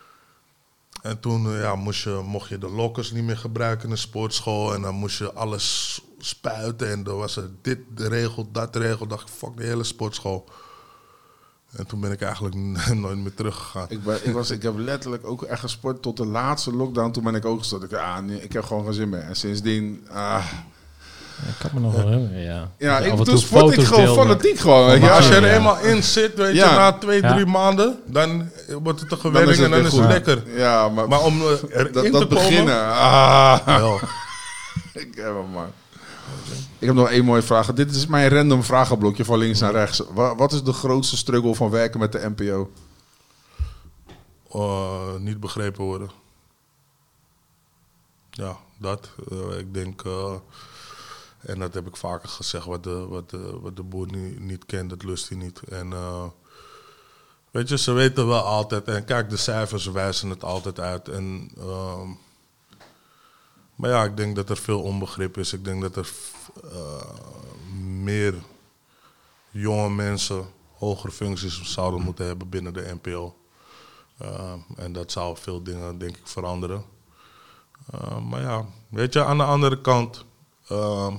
En toen uh, ja, moest je, mocht je de lokkers niet meer gebruiken in de sportschool en dan moest je alles spuiten en er was er dit de regel, dat de regel. Dacht ik, fuck de hele sportschool. En toen ben ik eigenlijk nooit meer teruggegaan. Ik, ben, ik, was, ik heb letterlijk ook echt gesport tot de laatste lockdown. Toen ben ik ook gestopt. Ik, ah, nee, ik heb gewoon geen zin meer. En sindsdien... Ah, Ik kan me nog wel herinneren, ja. ja, Dat je af ik, en toen toe sport ik foto's gewoon deelde. fanatiek gewoon. Weet je. Ja, als je er Ja. eenmaal in zit, weet je, Ja. na twee, Ja. drie maanden, dan wordt het een Dan gewenning is het en dan weer is het goed. lekker. Ja, maar, Maar om uh, erin dat, te dat komen... beginnen... Ah, Wel. ik heb hem, man. Ik heb nog één mooie vraag. Dit is mijn random vragenblokje van links naar rechts. Wa- Wat is de grootste struggle van werken met de N P O? Uh, niet begrepen worden. Ja, dat. Uh, ik denk, uh, en dat heb ik vaker gezegd, wat de, wat de, wat de boer niet, niet kent, dat lust hij niet. En uh, weet je, ze weten wel altijd, en kijk, de cijfers wijzen het altijd uit. En, uh, maar ja, ik denk dat er veel onbegrip is. Ik denk dat er uh, meer jonge mensen hogere functies zouden moeten hebben binnen de N P O. Uh, en dat zou veel dingen, denk ik, veranderen. Uh, maar ja, weet je, aan de andere kant... Uh,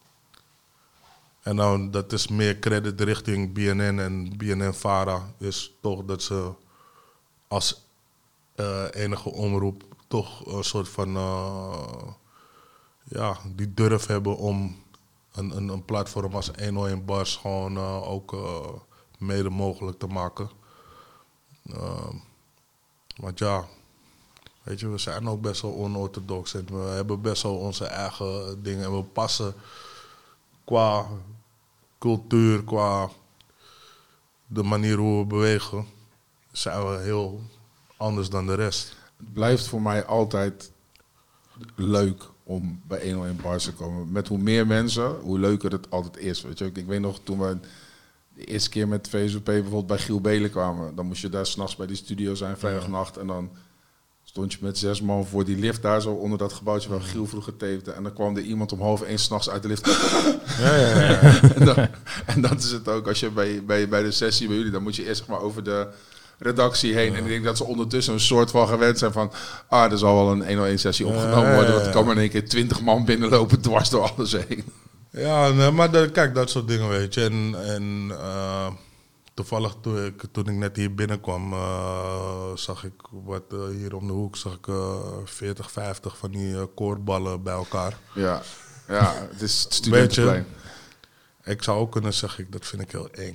en nou, dat is meer credit richting B N N en B N N-Vara... is toch dat ze als uh, enige omroep... toch een soort van... Uh, ja, die durf hebben om een, een, een platform als honderdéén Bars... gewoon uh, ook uh, mede mogelijk te maken. Uh, Want ja, weet je, we zijn ook best wel onorthodox en we hebben best wel onze eigen dingen. En we passen qua cultuur, qua de manier hoe we bewegen, zijn we heel anders dan de rest. Het blijft voor mij altijd leuk om bij honderdéén Bars te komen. Met hoe meer mensen, hoe leuker het altijd is. Weet je? Ik weet nog, toen we de eerste keer met V S O P bijvoorbeeld bij Giel Belen kwamen, dan moest je daar s'nachts bij die studio zijn, vrijdagnacht. En dan stond je met zes man voor die lift daar zo onder dat gebouwtje waar Giel vroeger teefde. En dan kwam er iemand om half één s'nachts uit de lift. Ja, ja, ja. en, dan, en dat is het ook. Als je bij, bij, bij de sessie bij jullie, dan moet je eerst zeg maar over de redactie heen. En ik denk dat ze ondertussen een soort van gewend zijn van, ah, er zal wel een honderdéén sessie opgenomen worden. Want er kan maar in één keer twintig man binnenlopen dwars door alles heen. Ja, nee, maar de, kijk, dat soort dingen, weet je. En, en uh, toevallig toen ik, toen ik net hier binnenkwam, uh, zag ik wat uh, hier om de hoek, zag ik uh, veertig, vijftig van die uh, koordballen bij elkaar. Ja, ja, het is het studentenplein. Ik zou ook kunnen zeggen, dat vind ik heel eng.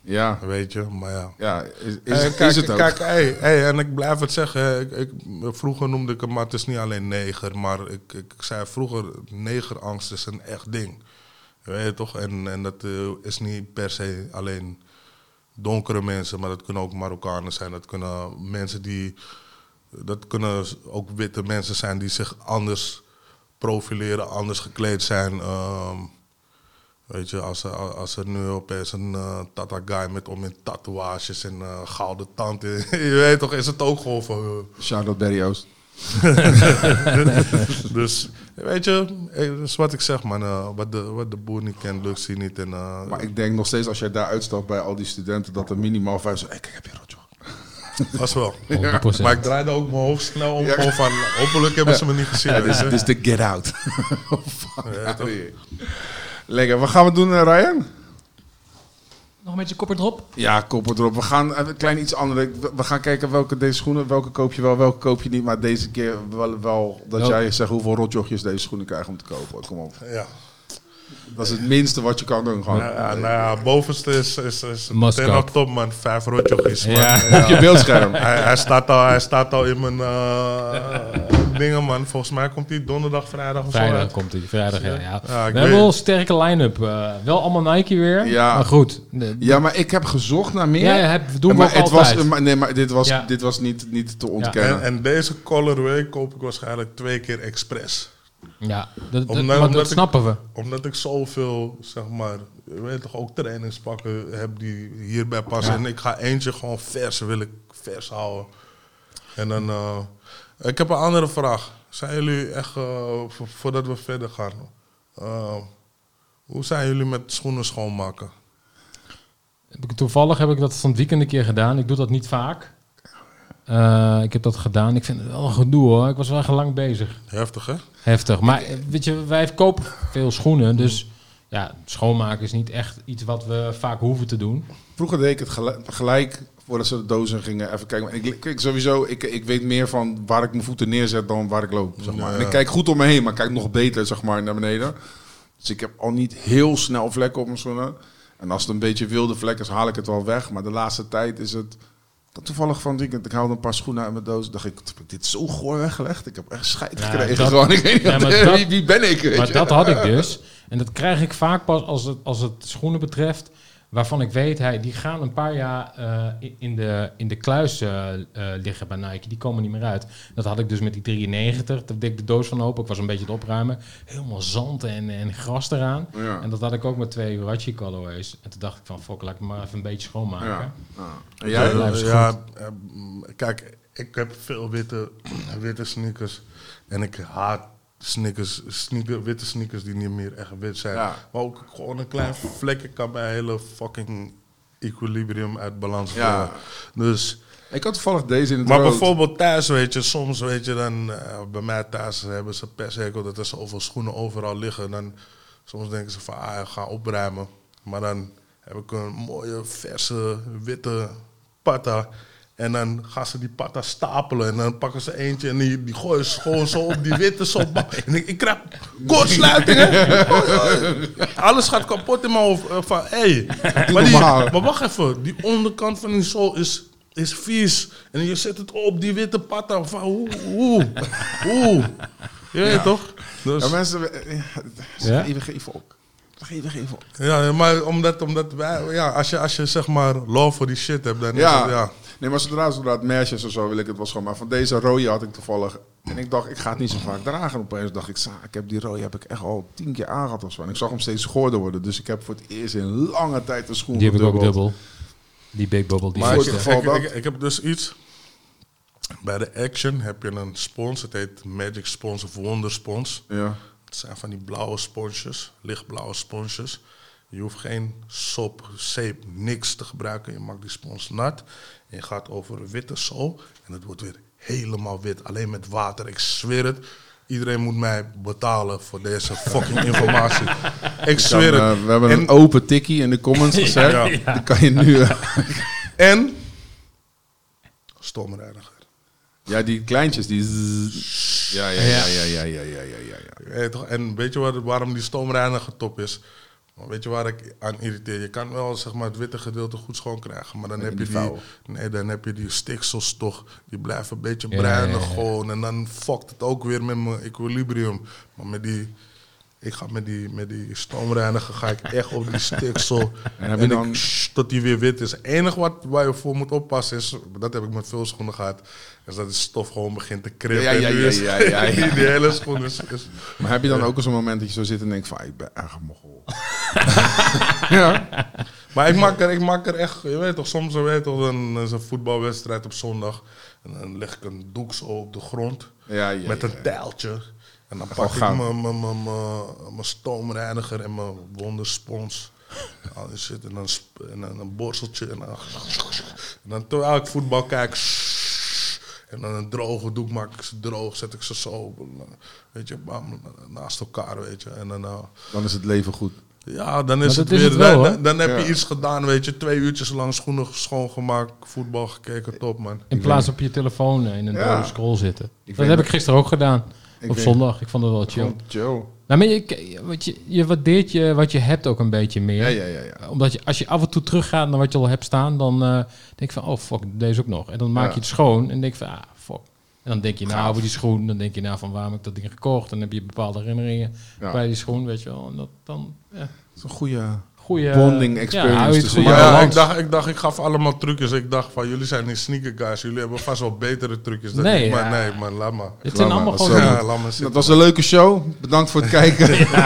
Ja. Weet je, maar ja. Ja, is, is, Hey, is kijk, het ook. kijk hey, hey, en ik blijf het zeggen. Ik, ik, vroeger noemde ik hem, maar het is niet alleen neger. Maar ik, ik, ik zei vroeger, negerangst is een echt ding. Weet je toch? En, en dat uh, is niet per se alleen donkere mensen, maar dat kunnen ook Marokkanen zijn. Dat kunnen mensen die... Dat kunnen ook witte mensen zijn die zich anders profileren, anders gekleed zijn. Um, weet je, als er, als er nu opeens een uh, tata guy met om in tatoeages en uh, gouden tand, je weet toch, is het ook gewoon van... Uh. Shout-out Barry Oost. Dus, weet je, dat is wat ik zeg, man. Uh, wat, de, wat de boer niet kent, lukt hij niet. En, uh, Maar ik denk nog steeds, als jij daar uitstapt bij al die studenten, dat er minimaal vijf zo... Hey, kijk, heb je rotjoch? Vast wel. honderd procent. Maar ik draaide ook mijn hoofd snel om, gewoon van, hopelijk hebben ze me niet gezien. Ja, weet dit is, je. dit is de get out. Oh, fuck. Ja, toch? Lekker. Wat gaan we doen, uh, Ryan? Nog een beetje kopper erop. Ja, koppel erop. We gaan een klein iets anders. We we gaan kijken welke deze schoenen, welke koop je wel, welke koop je niet. Maar deze keer wel, wel dat Wel- jij zegt hoeveel rotjochjes deze schoenen krijgen om te kopen. Kom op. Ja. Dat is het minste wat je kan doen. Gewoon. Ja, ja, nou ja, bovenste is, is, is Must meteen go. op top, man. Vijf rotjochjes, man. Ja. Op je beeldscherm. Hij, hij, staat al, hij staat al in mijn uh, dingen, man. Volgens mij komt hij donderdag, vrijdag of zo Vrijdag uit. komt hij. Vrijdag, ja. ja. Ja, ik We weet- hebben wel een sterke line-up. uh, wel allemaal Nike weer. Ja. Maar goed. De- Ja, maar ik heb gezocht naar meer. Ja, ja, heb- doen we maar ook het altijd. was, maar, nee, maar dit was, Ja. dit was niet, niet te ontkennen. En, en deze colorway koop ik waarschijnlijk twee keer expres. Ja, dat, dat, Omdat- maar dat omdat ik- snappen we. Omdat ik zoveel, zeg maar, je weet toch, ook trainingspakken heb die hierbij passen. Ja. En ik ga eentje gewoon vers, wil ik vers houden. En dan, uh, ik heb een andere vraag. Zijn jullie echt, uh, vo- voordat we verder gaan, uh, hoe zijn jullie met schoenen schoonmaken? Heb ik, toevallig heb ik dat van het weekend een keer gedaan. Ik doe dat niet vaak. Uh, ik heb dat gedaan. Ik vind het wel een gedoe hoor. Ik was wel echt lang bezig. Heftig, hè? Heftig. Maar eh, weet je, wij kopen veel schoenen. Dus ja, schoonmaken is niet echt iets wat we vaak hoeven te doen. Vroeger deed ik het gelijk, gelijk voordat ze de dozen gingen even kijken. Maar ik, ik sowieso, ik, ik weet meer van waar ik mijn voeten neerzet dan waar ik loop. Zeg maar. Ja. En ik kijk goed om me heen, maar ik kijk nog beter zeg maar, naar beneden. Dus ik heb al niet heel snel vlekken op mijn schoenen. En als het een beetje wilde vlek is, haal ik het wel weg. Maar de laatste tijd is het... Toevallig van het weekend, ik haalde een paar schoenen uit mijn doos. Dacht ik, heb ik dit zo goor weggelegd? Ik heb echt scheid Ja, gekregen. dat- Gewoon. Ik weet niet, Ja, maar wat- dat- wie, wie ben ik? Weet Maar je? dat had ik dus. En dat krijg ik vaak pas als het, als het schoenen betreft. Waarvan ik weet, hij, die gaan een paar jaar uh, in- in, de, in de kluis uh, uh, liggen bij Nike. Die komen niet meer uit. Dat had ik dus met die drieënnegentig. Daar deed ik de doos van open. Ik was een beetje het opruimen. Helemaal zand en, en gras eraan. Ja. En dat had ik ook met twee Huarache colorways. En toen dacht ik van, fuck, laat ik maar even een beetje schoonmaken. Ja. Ja. En Ja, jij? blijven ze ja, eh, kijk, ik heb veel witte, witte sneakers. En ik haat sneakers, sneaker, witte sneakers die niet meer echt wit zijn. Ja. Maar ook gewoon een klein vlekje kan mijn hele fucking equilibrium uit balans Ja. brengen. Dus, Ik had toevallig deze in het maar rood. bijvoorbeeld thuis, weet je, soms weet je dan, uh, bij mij thuis hebben ze per se dat er zoveel schoenen overal liggen. Dan soms denken ze van, ah, ga opruimen. Maar dan heb ik een mooie, verse, witte patta. En dan gaan ze die patta stapelen. En dan pakken ze eentje en die, die gooien ze gewoon zo op die witte zo. En ik, ik krijg kortsluitingen. Alles gaat kapot in mijn hoofd. Uh, van, hey. maar, die, normaal. maar wacht even. Die onderkant van die zool is, is vies. En je zet het op die witte patta. Van, hoe, hoe, hoe. Je weet Ja. toch? Dus, Ja, mensen, eh, Ja? even geven op. Geef even op. ja, maar omdat, omdat wij, ja, als je, als je zeg maar love voor die shit hebt, dan is Ja. het, ja. Nee, maar zodra, zodra het meisjes of zo wil ik het wel schoon. Maar van deze rode had ik toevallig. En ik dacht, ik ga het niet zo vaak dragen. Opeens dacht ik, sa, ik heb die rode heb ik echt al tien keer aangehad of zo. En ik zag hem steeds schoorder worden. Dus ik heb voor het eerst in lange tijd een schoen Die heb ik ook verdubbeld. dubbel. Die Big Bubble. Die Maar voor ik, het is, geval ik, dat- ik, ik heb dus iets. Bij de Action heb je een spons. Het heet Magic Spons of Wonder Spons. Ja. Het zijn van die blauwe sponsjes, lichtblauwe sponsjes. Je hoeft geen sop, zeep, niks te gebruiken. Je maakt die spons nat. En je gaat over een witte zool. En het wordt weer helemaal wit. Alleen met water. Ik zweer het. Iedereen moet mij betalen voor deze fucking informatie. Ik zweer Dan, het. eh, we hebben En- een open tikkie in de comments gezet. Ja. Die kan je nu... eh, En stomreiniger. ja, die kleintjes, die... zzz. Ja, ja, ja, ja, ja, ja, ja, ja, ja, ja. Je weet toch? En weet je wat, waarom die stoomreiniger top is? Maar weet je waar ik aan irriteer? Je kan wel zeg maar, het witte gedeelte goed schoon krijgen, maar dan En heb die je die, vuil. nee, dan heb je die stiksels toch. Die blijven een beetje Ja, bruinig ja, ja. gewoon. En dan fokt het ook weer met mijn equilibrium. Maar met die, ik ga met die, met die stoomreiniger ga ik echt op die stiksel. En En, heb je dan- ik, shh, tot die weer wit is. Het enige wat waar je voor moet oppassen is, dat heb ik met veel schoenen gehad, is dat de stof gewoon begint te krimpen. Ja, ja, En nu ja, is- ja, ja, ja. die hele schoen is... is Maar heb je dan ook eens een moment dat je zo zit en denkt van, ah, ik ben echt een mogol. Ja. Maar ik maak, er, ik maak er echt, je weet toch, soms weet je toch, dan is een voetbalwedstrijd op zondag. En dan leg ik een doek zo op de grond Ja, ja, met ja. een tijltje. En dan Gewoon pak ik gaan. mijn- mijn- mijn- mijn- mijn stoomreiniger en mijn wonderspons. Al die shit, en dan sp- en dan een borsteltje. En dan, en dan terwijl ik voetbal kijk. En dan een droge doek maak ik ze droog, zet ik ze zo op, weet je, bam, naast elkaar, weet je. En dan, uh, Dan is het leven goed. ja, dan is Maar het dat is weer, het wel, dan, hoor. dan heb Ja. je iets gedaan, weet je. Twee uurtjes lang schoenen schoongemaakt, voetbal gekeken, top man. In plaats op je telefoon eh, in een Ja. dode scroll zitten. dat weet heb dat- ik gisteren ook gedaan. Ik op weet- zondag. Ik vond het wel chill. Gewoon chill. Nou, maar je, wat je, je waardeert je wat je hebt ook een beetje meer. Ja, ja, ja, ja. Omdat je, als je af en toe teruggaat naar wat je al hebt staan, dan eh, denk je van, oh fuck, deze ook nog. En dan maak Ja. je het schoon en denk je van, ah fuck. En dan denk je nou Gaaf. over die schoen, dan denk je nou van waarom heb ik dat ding gekocht. Dan heb je bepaalde herinneringen Ja. bij die schoen, weet je wel. En dat dan, ja, Dat is een goede... goede Bonding experience hou je het tussen goede Maar ja, balans. ik dacht, ik dacht, ik gaf allemaal trucjes. Ik dacht van, jullie zijn niet sneaker guys. Jullie hebben vast wel betere trucjes dan Nee, ik. Maar ja. nee, man, laat maar. Het zijn maar, allemaal dat gewoon... is zo- Ja, laat maar zitten. Dat was een leuke show. Bedankt voor het kijken.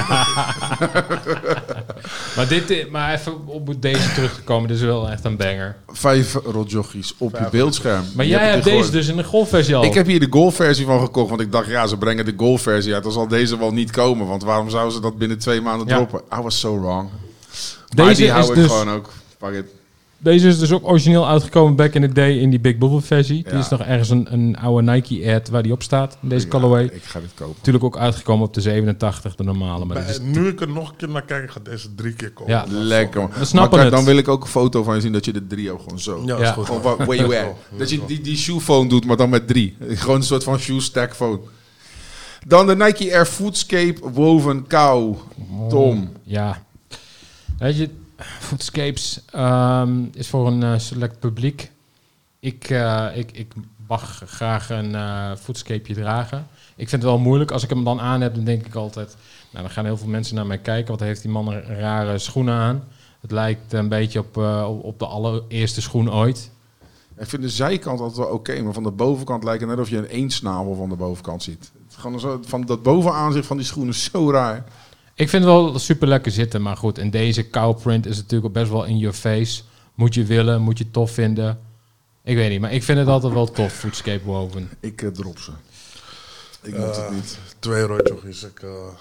Maar, dit, eh, maar even op deze terug te komen, dit is wel echt een banger. Vijf rotjochies op je beeldscherm. Maar Je jij het hebt hier deze gehoord. dus in de golfversie al. Ik heb hier de golfversie van gekocht, want ik dacht, ja, ze brengen de golfversie uit. Dan zal deze wel niet komen, want waarom zouden ze dat binnen twee maanden Ja. droppen? I was so wrong. Maar Deze die hou is ik dus- gewoon ook. Fuck it. Deze is dus ook origineel uitgekomen back in the day in die Big Bubble versie. Ja. Die is nog ergens een, een oude Nike ad waar die op staat, in deze Ja, colorway. Ik ga dit kopen. Natuurlijk ook uitgekomen op de zevenentachtig, de normale. Maar Bij- dit is, nu ik er nog een keer naar kijk, gaat deze drie keer komen. Ja. Lekker, man. We snappen Maar kijk, het. dan wil ik ook een foto van je zien dat je de drie ook gewoon zo. Ja, Ja. is goed. Gewoon wa- where you at. Dat je die, die shoe phone doet, maar dan met drie. Gewoon een soort van shoe stack phone. Dan de Nike Air Footscape woven kou. Tom. ja. Weet je, Footscapes ehm, is voor een eh, select publiek. Ik, eh, ik, ik mag graag een eh Footscapeje dragen. Ik vind het wel moeilijk. Als ik hem dan aan heb, dan denk ik altijd... Nou, dan gaan heel veel mensen naar mij kijken. Wat heeft die man er rare schoenen aan? Het lijkt een beetje op, eh, op de allereerste schoen ooit. Ik vind de zijkant altijd wel oké, maar van de bovenkant lijkt het net of je een eensnavel van de bovenkant ziet. Het is gewoon zo, van dat bovenaanzicht van die schoenen is zo raar. Ik vind het wel super lekker zitten, maar goed. En deze cowprint is natuurlijk ook best wel in your face. Moet je willen, moet je tof vinden. Ik weet niet, maar ik vind het altijd wel tof, Footscape woven. Ik uh, drop ze. Ik moet het niet. Twee rotjochies. Ik,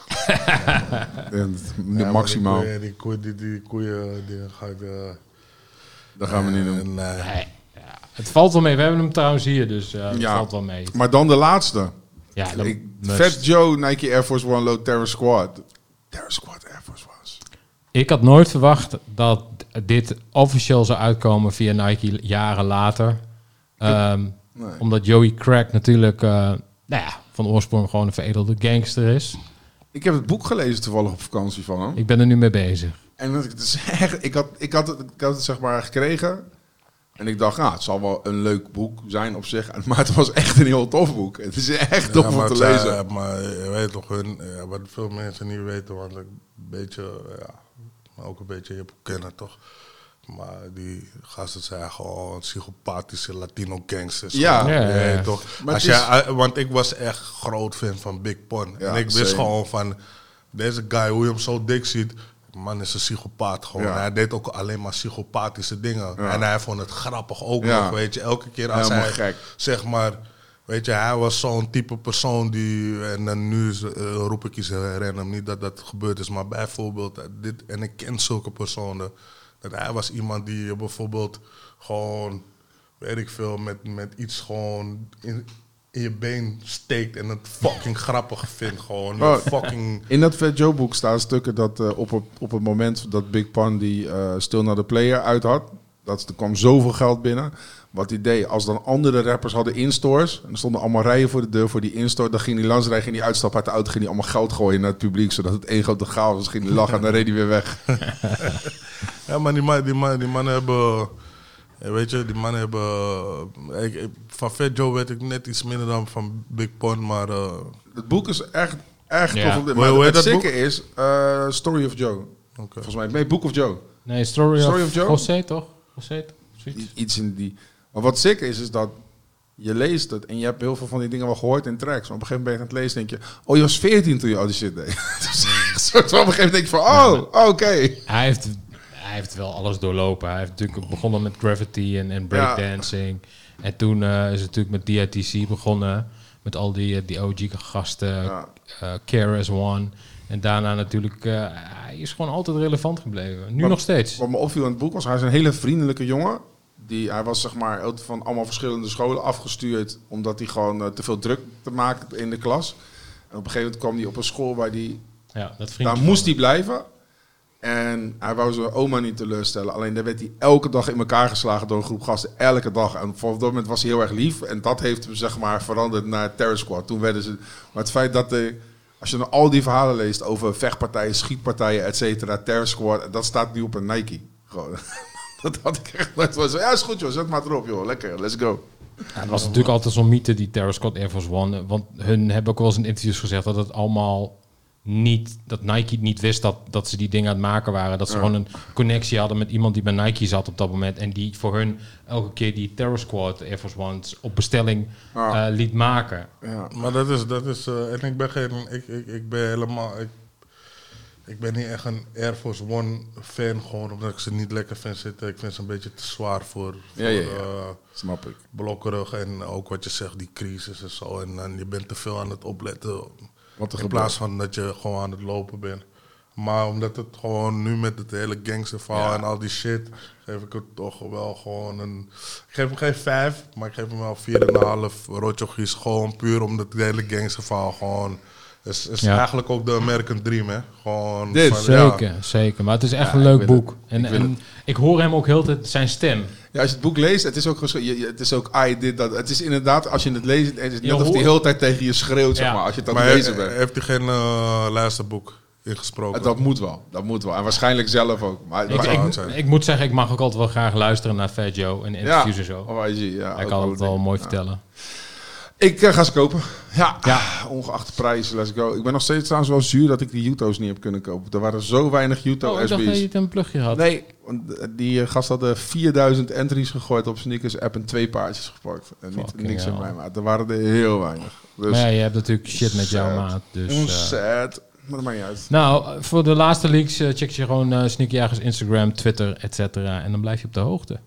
uh, En ja, maar maximaal. Die koeien, die, koeien, die, die koeien, die ga ik... Uh, Dat gaan we niet doen. Nee. Nee, ja, het valt wel mee. We hebben hem trouwens hier, dus uh, het Ja. valt wel mee. Maar dan de laatste. Ja, dan Ik, must. Fat Joe Nike Air Force One Low Terror Squad. Terror Squad Air Force Ones. Ik had nooit verwacht dat dit officieel zou uitkomen via Nike jaren later. Ehm, Nee. Omdat Joey Crack natuurlijk uh, nou ja, van oorsprong gewoon een veredelde gangster is. Ik heb het boek gelezen toevallig op vakantie van hem. Ik ben er nu mee bezig. En het is echt, ik, had, ik, had het, ik had het zeg maar gekregen. En ik dacht, nou, het zal wel een leuk boek zijn op zich. Maar het was echt een heel tof boek. Het is echt tof Ja, om maar te het zijn- lezen. ja, maar je weet toch, hun, ja, wat veel mensen niet weten, want ik een beetje, ja, maar ook een beetje hip kennen toch. Maar die gasten zijn gewoon psychopathische Latino gangsters. Ja. Gewoon, Ja, je ja, ja. weet toch. Maar Als het is- jij, want ik was echt groot fan van Big Pun. Ja, en ik wist same. gewoon van, deze guy, hoe je hem zo dik ziet, de man is een psychopaat gewoon. Ja. Hij deed ook alleen maar psychopathische dingen. Ja. En hij vond het grappig ook Ja. nog, weet je. Elke keer als Helemaal hij, gek. zeg maar... Weet je, hij was zo'n type persoon die... En dan nu is, uh, roep ik iets random, niet dat dat gebeurd is. Maar bijvoorbeeld, uh, dit, en ik ken zulke personen. Dat hij was iemand die je bijvoorbeeld gewoon... Weet ik veel, met, met iets gewoon in, in je been steekt. En het fucking grappig vindt gewoon. Oh. Met fucking... In dat Fat Joe boek staan stukken dat uh, op, het, op het moment dat Big Pun die uh, Still Not a Player uit had, Dat, er kwam zoveel geld binnen. Wat hij deed, als dan andere rappers hadden instores... en er stonden allemaal rijen voor de deur voor die instore... dan ging hij langs rijden, ging hij uitstappen uit de auto... ging hij allemaal geld gooien naar het publiek... zodat het één grote chaos was. Ging hij lachen en dan reed hij weer weg. Ja, maar die mannen die man, die man hebben... Weet je, die mannen hebben... Ik, ik, van Fat Joe weet ik net iets minder dan van Big Pun, maar... Uh, Het boek is echt, echt Ja. tof. Hoe- Maar hoe heet het dat sikke is uh, Story of Joe. okay. Volgens mij, nee, Book of Joe. Nee, Story, Story of, of Joe? José, toch? José, toch? Zoiets. I- Iets in die... Maar wat sick is, is dat je leest het en je hebt heel veel van die dingen wel gehoord in tracks. Maar op een gegeven moment ben je aan het lezen denk je... Oh, je was veertien toen je al die shit deed. Dus soort van op een gegeven moment denk je van... Oh, oké. Hij heeft, hij heeft wel alles doorlopen. Hij heeft natuurlijk begonnen met graffiti en, en breakdancing. En toen uh, is het natuurlijk met D I T C begonnen. Met al die, uh, die O G-gasten. Ja. Uh, Care as One. En daarna natuurlijk... Uh, hij is gewoon altijd relevant gebleven. Nu Wat- nog steeds. Wat me opviel in het boek was, hij is een hele vriendelijke jongen. Die, hij was zeg maar van allemaal verschillende scholen afgestuurd... omdat hij gewoon uh, te veel druk te maken in de klas. En op een gegeven moment kwam hij op een school waar hij... Ja, dat vriendje. Daar moest hij blijven. En hij wou zijn oma niet teleurstellen. Alleen daar werd hij elke dag in elkaar geslagen door een groep gasten. Elke dag. En voor dat moment was hij heel erg lief. En dat heeft hem zeg maar veranderd naar Terror Squad. Toen werden ze... Maar het feit dat... De, als je dan al die verhalen leest over vechtpartijen, schietpartijen, et cetera, Terror Squad, dat staat nu op een Nike. Gewoon. Dat had ik echt nooit van. Ja, is goed joh, zet maar erop joh. Lekker, let's go. Ja, het was natuurlijk altijd zo'n mythe, die Terror Squad Air Force One. Want hun hebben ook wel eens in interviews gezegd dat het allemaal niet... Dat Nike niet wist dat, dat ze die dingen aan het maken waren. Dat ze Ja. gewoon een connectie hadden met iemand die bij Nike zat op dat moment. En die voor hun elke keer die Terror Squad Air Force Ones op bestelling Ja. uh, liet maken. Ja. Maar dat is, dat is uh, en ik ben geen, ik, ik, ik ben helemaal, ik, ik ben niet echt een Air Force One fan, gewoon omdat ik ze niet lekker vind zitten. Ik vind ze een beetje te zwaar voor, Ja, ja, ja. voor uh, Snap ik. blokkerig en ook wat je zegt, die crisis en zo. En, en je bent te veel aan het opletten Wat er in plaats van dat je gewoon aan het lopen bent. Maar omdat het gewoon nu met het hele gangsterverhaal Ja. en al die shit, geef ik het toch wel gewoon een... Ik geef hem geen vijf, maar ik geef hem wel vier en een half rotjochies. Gewoon puur omdat het hele gangsterverhaal gewoon... is, is Ja. eigenlijk ook de American Dream, hè. Gewoon Dit, van, ja. Zeker, zeker. Maar het is echt Ja, een ik leuk wil boek. het. En, Ik wil en ik hoor hem ook heel de tijd zijn stem. Ja, als je het boek leest, het is ook geschreven, je- je- het is ook ai dit dat. Het is inderdaad als je het leest, het is Je net of hij hoort- de hele tijd tegen je schreeuwt, zeg Ja. maar, als je het aan Maar het he- lezen bent. heeft hij geen uh, luisterboek ingesproken? Dat moet wel, dat moet wel. En waarschijnlijk zelf ook. Maar, Ik, maar- zou het ik, zijn. ik moet zeggen, ik mag ook altijd wel graag luisteren naar Fat Joe en interviews en zo. oh, I G, ja. Hij ook kan alle het wel dingen. mooi Ja. vertellen. Ik eh, ga ze kopen. Ja, Ja. ongeacht de prijs, let's go. Ik ben nog steeds trouwens wel zuur dat ik die Uto's niet heb kunnen kopen. Er waren zo weinig Uto Oh, ik dacht dat S B's. je het een plugje had. Nee, want die eh, gast hadden vierduizend entries gegooid op sneakers app en twee paardjes gepakt. En niet, Fucking niks in hell. mij, maar er waren er heel weinig. Dus Maar ja, je hebt natuurlijk shit met jouw sad. maat. Dus, eh. sad. Maar dat maakt niet uit. Nou, voor de laatste leaks eh, check je gewoon uh, Sneakerjagers Instagram, Twitter, et cetera. En dan blijf je op de hoogte.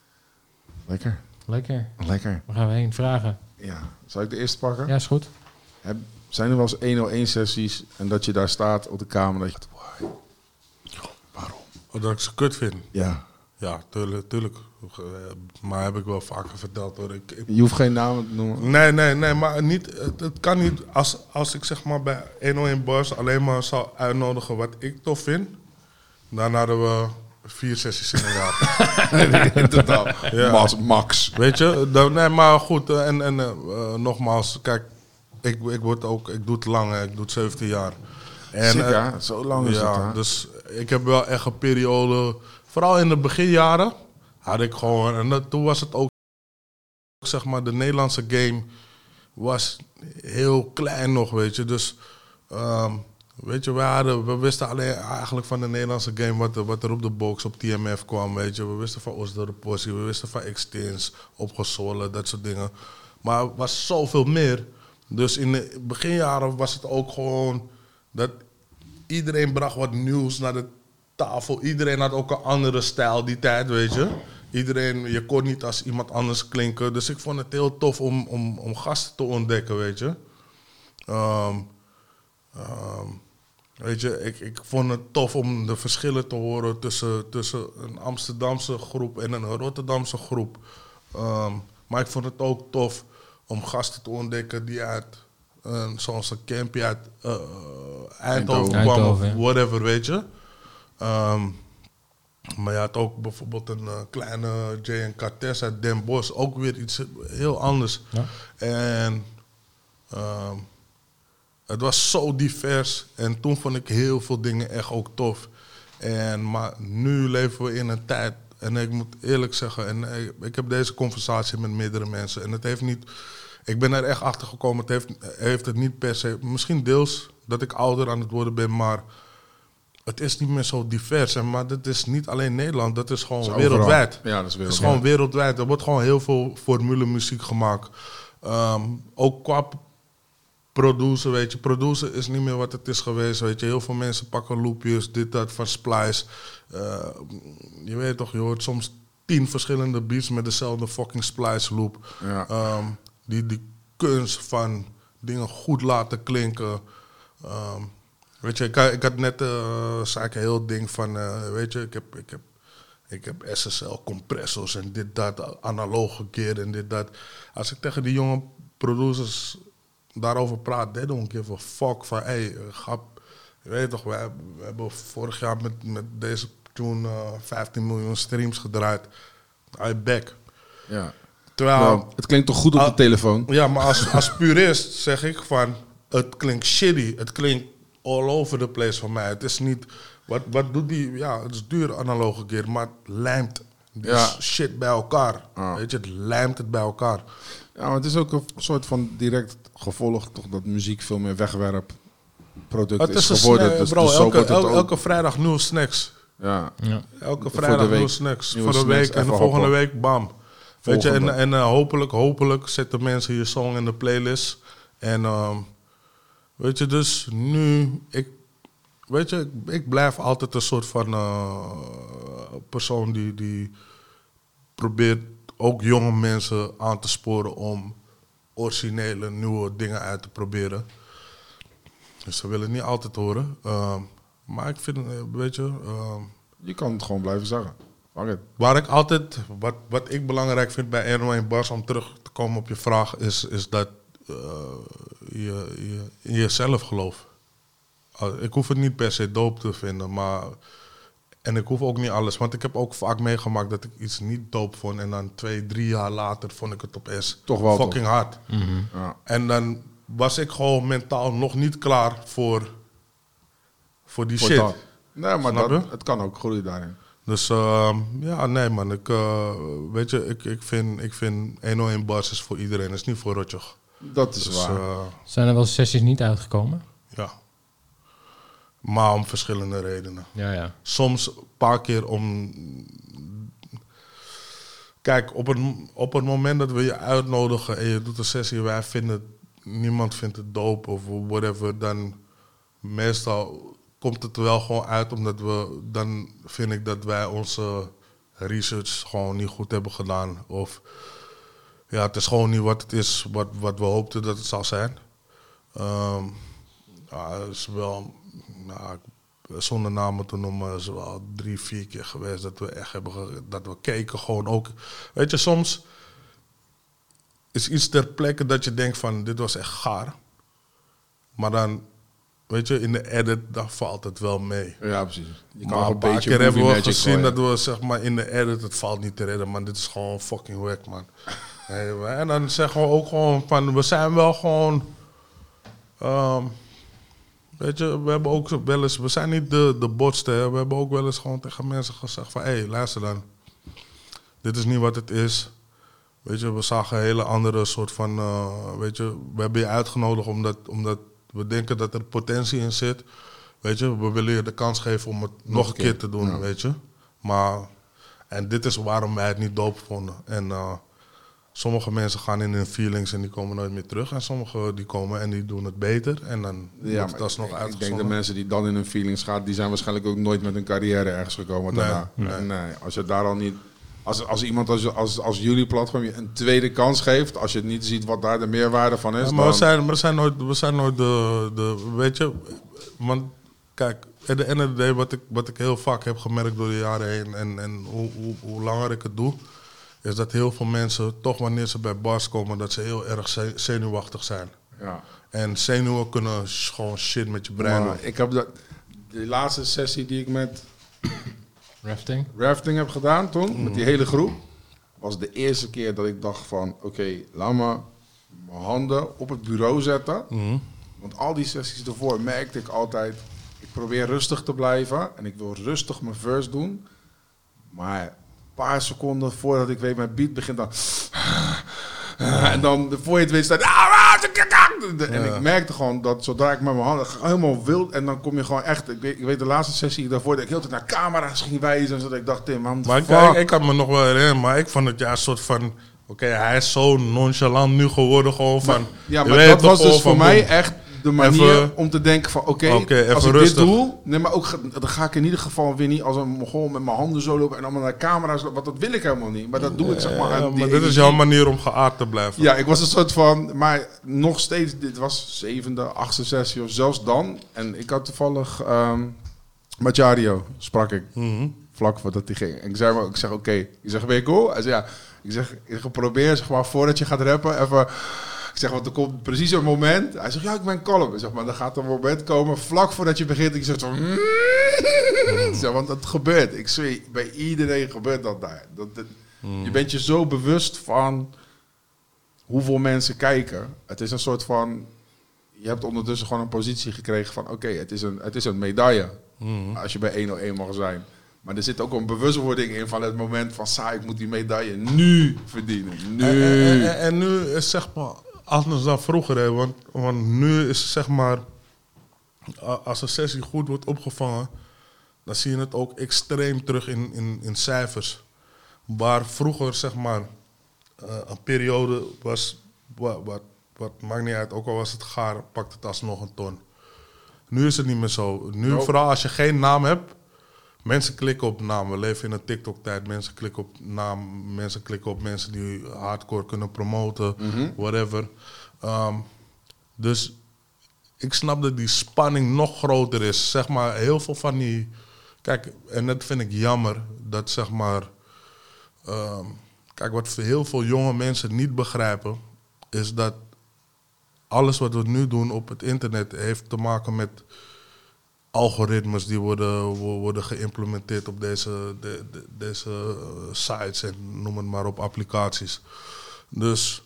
Lekker, Lekker. lekker. Waar gaan we heen? Vragen? Ja, zal ik de eerste pakken? Ja, is goed. Heb, zijn er wel eens honderdéén sessies en dat je daar staat op de kamer dat je... Why? Waarom? Oh, dat ik ze kut vind? Ja. Ja, tuurlijk. tuurlijk. Uh, Maar heb ik wel vaker verteld, hoor. Ik, ik Je hoeft geen namen te noemen. Nee, nee, nee, maar niet, het, het kan niet. Als, als ik zeg maar bij honderdéén Bars alleen maar zou uitnodigen wat ik tof vind, dan hadden we vier sessies in een jaar. In totaal. Ja. Mas, max. Weet je? Dan, nee, maar goed. eh, En, en eh, eh, nogmaals, kijk, ik, ik, word ook, ik doe het lang, hè, ik doe het zeventien jaar. En, Sick, eh, hè? Zo lang is ja, het, hè? dus ik heb wel echt een periode, vooral in de beginjaren, had ik gewoon, en dat, toen was het ook, zeg maar, de Nederlandse game was heel klein nog, weet je. Dus, ehm, weet je, we, hadden, we wisten alleen eigenlijk van de Nederlandse game wat, er- wat er op de box, op T M F kwam, weet je. We wisten van Osdorp Possie, we wisten van X-Tins, Opgezolen, dat soort dingen. Maar er was zoveel meer. Dus in de beginjaren was het ook gewoon dat iedereen bracht wat nieuws naar de tafel. Iedereen had ook een andere stijl die tijd, weet je. Iedereen, je kon niet als iemand anders klinken. Dus ik vond het heel tof om, om, om gasten te ontdekken, weet je. Ehm, ehm, weet je, ik, ik vond het tof om de verschillen te horen tussen, tussen een Amsterdamse groep en een Rotterdamse groep. Ehm, maar ik vond het ook tof om gasten te ontdekken die uit, uh, zoals een campje uit uh, Eindhoven Eindhoven. kwamen Eindhoven, of ja. whatever, weet je. Ehm, Maar je had ook bijvoorbeeld een uh, kleine J en Cartes uit Den Bosch. Ook weer iets heel anders. Ja. En uh, het was zo divers. En toen vond ik heel veel dingen echt ook tof. En, maar nu leven we in een tijd... En ik moet eerlijk zeggen... En ik, ik heb deze conversatie met meerdere mensen. En het heeft niet... Ik ben er echt achter gekomen. Het heeft, heeft het niet per se... Misschien deels dat ik ouder aan het worden ben, maar... Het is niet meer zo divers. En, maar dat is niet alleen Nederland. Dat is gewoon Dat is wereldwijd. Ja, dat is wereldwijd. Het is gewoon wereldwijd. Er wordt gewoon heel veel formule muziek gemaakt. Um, ook qua producer, weet je. Producer is niet meer wat het is geweest, weet je. Heel veel mensen pakken loopjes, dit, dat, van Splice. Uh, je weet toch, je hoort soms tien verschillende beats met dezelfde fucking Splice loop. Ja. Um, die, die kunst van dingen goed laten klinken. Um, weet je, ik, ik had net, uh, zei ik een heel ding van, uh, weet je, ik heb, ik heb, ik heb S S L compressors en dit, dat, analoge gear en dit, dat. Als ik tegen die jonge producers daarover praat, they don't give a fuck van, hey, grap, je weet toch, we, we hebben vorig jaar met, met deze tune uh, vijftien miljoen streams gedraaid. I back. Ja. Terwijl, Nou, het klinkt toch goed op de Ah, telefoon? ja, maar als, als purist zeg ik van, het klinkt shitty, het klinkt all over the place voor mij. Het is niet, wat, wat doet die, ja, het is duur analoge gear, maar het lijmt die Ja. shit bij elkaar. Ah. Weet je, het lijmt het bij elkaar. Ja, maar het is ook een soort van direct gevolg toch dat muziek veel meer wegwerpproduct Het is, is een geworden. snack, Dus, bro, dus zo elke, wordt het elke, ook. elke vrijdag nieuwe snacks. Ja. Ja. Elke Voor vrijdag de week. nieuwe snacks. Nieuwe voor de snacks, week en de even volgende hoppen. week, bam. Weet je, en, Volgende. en uh, hopelijk, hopelijk zetten mensen je song in de playlist. En um, weet je, dus nu, ik, weet je, ik, ik blijf altijd een soort van uh, persoon die, die probeert ook jonge mensen aan te sporen om originele, nieuwe dingen uit te proberen. Dus ze willen het niet altijd horen. Um, maar ik vind, uh, weet je... Um, Je kan het gewoon blijven zeggen. Fuck it. Waar ik altijd, wat, wat ik belangrijk vind bij R en Bars, om terug te komen op je vraag, is, is dat uh, je, je in jezelf gelooft. Uh, ik hoef het niet per se dope te vinden, maar... En ik hoef ook niet alles, want ik heb ook vaak meegemaakt dat ik iets niet dope vond. En dan twee, drie jaar later vond ik het opeens Toch wel fucking hard. Mm-hmm. Ja. En dan was ik gewoon mentaal nog niet klaar voor, voor die Voor shit. dat. Nee, maar Snap dat, je? het kan ook groeien daarin. Dus uh, ja, nee man, ik, uh, weet je, ik, ik vind, ik vind honderdéén bars is voor iedereen, het is niet voor Rotjoch. Dat is Dus waar. uh, Zijn er wel sessies niet uitgekomen? ja, maar om verschillende redenen. Ja, ja. Soms een paar keer om... Kijk, op het, op het moment dat we je uitnodigen en je doet een sessie, wij vinden, niemand vindt het dope of whatever, dan meestal komt het er wel gewoon uit, omdat we, dan vind ik dat wij onze research gewoon niet goed hebben gedaan. Of ja, het is gewoon niet wat het is, wat, wat we hoopten dat het zou zijn. Um, ja, het is wel, nou, zonder namen te noemen, is wel drie, vier keer geweest dat we echt hebben, ge- dat we keken gewoon ook. Weet je, soms is iets ter plekke dat je denkt van, dit was echt gaar. Maar dan, weet je, in de edit, dan valt het wel mee. Ja, precies. Je kan Maar nog een een paar beetje keer hebben we movie magic gezien gooien. dat we, zeg maar, in de edit, het valt niet te redden, man. Dit is gewoon fucking wack, man. Nee, maar- en dan zeggen we ook gewoon van, we zijn wel gewoon... ehm, weet je, we hebben ook wel eens... We zijn niet de, de botste, hè. We hebben ook wel eens gewoon tegen mensen gezegd van... Hé, hey, luister dan. Dit is niet wat het is. Weet je, we zagen een hele andere soort van... eh, weet je, we hebben je uitgenodigd omdat, omdat we denken dat er potentie in zit. Weet je, we willen je de kans geven om het nog, een keer te doen, ja. weet je. Maar... En dit is waarom wij het niet dope vonden. En uh, sommige mensen gaan in hun feelings en die komen nooit meer terug. En sommigen die komen en die doen het beter. En dan Ja, wordt maar het alsnog ik, ik denk uitgezonden. de mensen die dan in hun feelings gaan, die zijn waarschijnlijk ook nooit met hun carrière ergens gekomen Nee, daarna. nee. Nee, als je daar al niet... Als, als iemand als, als, als jullie platform je een tweede kans geeft, als je niet ziet wat daar de meerwaarde van is, Ja, maar dan... we zijn, maar we zijn nooit, we zijn nooit de, de... Weet je, want kijk, at the end of the day, wat ik, wat ik heel vaak heb gemerkt door de jaren heen... en, en hoe, hoe, hoe langer ik het doe... is dat heel veel mensen, toch wanneer ze bij bars komen... dat ze heel erg ze- zenuwachtig zijn. Ja. En zenuwen kunnen sh- gewoon shit met je brein doen. Maar ik heb dat, de laatste sessie die ik met Rafting. rafting heb gedaan toen, Mm. met die hele groep, was de eerste keer dat ik dacht van, oké, okay, laat me mijn handen op het bureau zetten. Mm. Want al die sessies ervoor merkte ik altijd, ik probeer rustig te blijven en ik wil rustig mijn verse doen. Maar een paar seconden voordat ik weet, mijn beat begint dan... En dan, voor je het weet, staat... En ik merkte gewoon dat zodra ik met mijn handen helemaal wild... En dan kom je gewoon echt... Ik weet, ik weet de laatste sessie daarvoor dat ik heel tijd naar camera's ging wijzen. En zo dat ik dacht, Tim, man, Maar ik, fuck. ik, ik kan me nog wel herinneren, maar ik vond het ja een soort van... Oké, okay, hij is zo nonchalant nu geworden gewoon van... Ja, je maar weet dat toch was dus gewoon voor van, mij boem. echt de manier Even- om te denken van... Oké, Oké, even als ik rustig. dit doe... Nee, maar ook ga- dan ga ik in ieder geval weer niet als een Mongool met mijn handen zo lopen... en allemaal naar camera's lopen. Want dat wil ik helemaal niet. Maar dat doe ik zeg maar... Ja, aan die maar dit is energie. jouw manier om geaard te blijven. Ja, ik was een soort van... Maar nog steeds, dit was zevende, achtste sessie of zelfs dan. En ik had toevallig... Um, Machario sprak ik. Mhm. Vlak voordat hij ging. En ik zei, maar, ik zeg, oké. Ik zeg, ben je cool? Hij zei, ja. Ik zeg, ik zeg, probeer, zeg maar, voordat je gaat rappen, even... Ik zeg, want er komt precies een moment. Hij zegt, ja, ik ben kalm. Ik zeg, maar dan gaat er een moment komen, vlak voordat je begint. Ik zeg, zo... Ik zeg, want dat gebeurt. Ik zweer, bij iedereen gebeurt dat daar. Dat, dat- Je bent je zo bewust van hoeveel mensen kijken. Het is een soort van... Je hebt ondertussen gewoon een positie gekregen van... Oké, het is een, het is een medaille. Mhm. Als je bij honderdéén mag zijn. Maar er zit ook een bewustwording in van het moment van... Saai, ik moet die medaille nu verdienen. Nu. En, en, en, en nu is zeg maar anders dan vroeger, hè, want, want nu is zeg maar... a- Als een sessie goed wordt opgevangen... dan zie je het ook extreem terug in, in, in cijfers. Waar vroeger zeg maar uh, een periode was... Wat, wat, wat maakt niet uit, ook al was het gaar, pakt het alsnog een ton. Nu is het niet meer zo. Nu, Nope. vooral als je geen naam hebt... Mensen klikken op naam. We leven in een TikTok-tijd. Mensen klikken op naam. Mensen klikken op mensen die hardcore kunnen promoten. Mhm. Whatever. Ehm, dus ik snap dat die spanning nog groter is. Zeg maar, heel veel van die... Kijk, en dat vind ik jammer. Dat zeg maar... ehm, kijk, wat heel veel jonge mensen niet begrijpen... is dat alles wat we nu doen op het internet... heeft te maken met... algoritmes die worden, wo- worden geïmplementeerd op deze, de, de- deze eh, sites en noem het maar op applicaties. Dus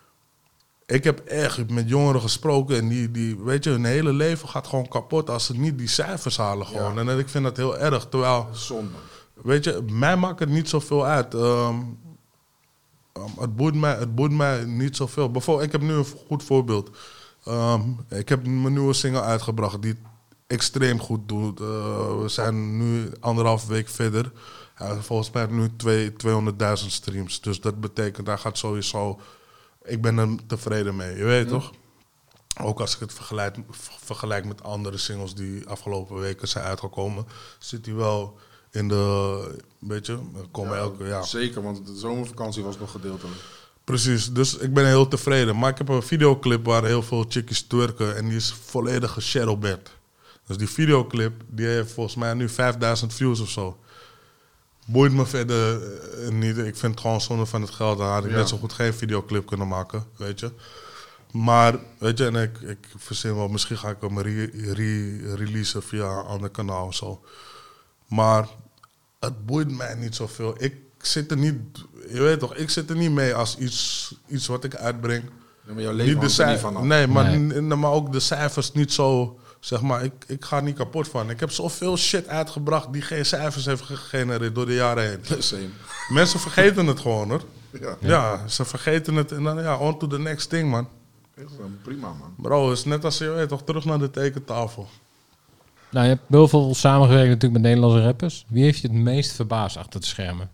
ik heb echt met jongeren gesproken en die, die, weet je, hun hele leven gaat gewoon kapot als ze niet die cijfers halen gewoon. Ja. En ik vind dat heel erg, terwijl, Zonde. weet je, mij maakt het niet zoveel uit. Ehm, ehm, het, boeit mij, het boeit mij niet zoveel. Bijvoorbeeld, ik heb nu een goed voorbeeld. Ehm, ik heb mijn nieuwe single uitgebracht die het extreem goed doet. Uh, we zijn nu anderhalf week verder. Uh, volgens mij nu twee- tweehonderdduizend streams. Dus dat betekent, daar gaat sowieso... Ik ben er tevreden mee, je weet toch? Ook als ik het vergelijk, vergelijk met andere singles die afgelopen weken zijn uitgekomen... zit hij wel in de... Weet je, er komen elke... Ja. Zeker, want de zomervakantie was nog gedeeltelijk. Precies, dus ik ben heel tevreden. Maar ik heb een videoclip waar heel veel chickies twerken... en die is volledig geshadowband. Dus die videoclip, die heeft volgens mij nu vijfduizend views of zo. Boeit me verder eh, niet. Ik vind het gewoon zonde van het geld. Dan had ik Ja. net zo goed geen videoclip kunnen maken, weet je. Maar, weet je, en ik, ik verzin wel... Misschien ga ik hem re- re- releasen via een ander kanaal of zo. Maar het boeit mij niet zoveel. Ik zit er niet... Je weet toch, ik zit er niet mee als iets, iets wat ik uitbreng... Ja, maar jouw leven hangt er cij- niet vanaf. nee, maar, Nee. n- maar ook de cijfers niet zo... Zeg maar, ik, ik ga er niet kapot van. Ik heb zoveel shit uitgebracht die geen cijfers heeft gegenereerd door de jaren heen. Same. Mensen vergeten het gewoon, hoor. Ja, Ja, ze vergeten het en dan ja, on to the next thing, man. echt, eh, prima man. Bro, het is net als je weet toch, terug naar de tekentafel. Nou, je hebt heel veel samengewerkt natuurlijk met Nederlandse rappers. Wie heeft je het meest verbaasd achter de schermen?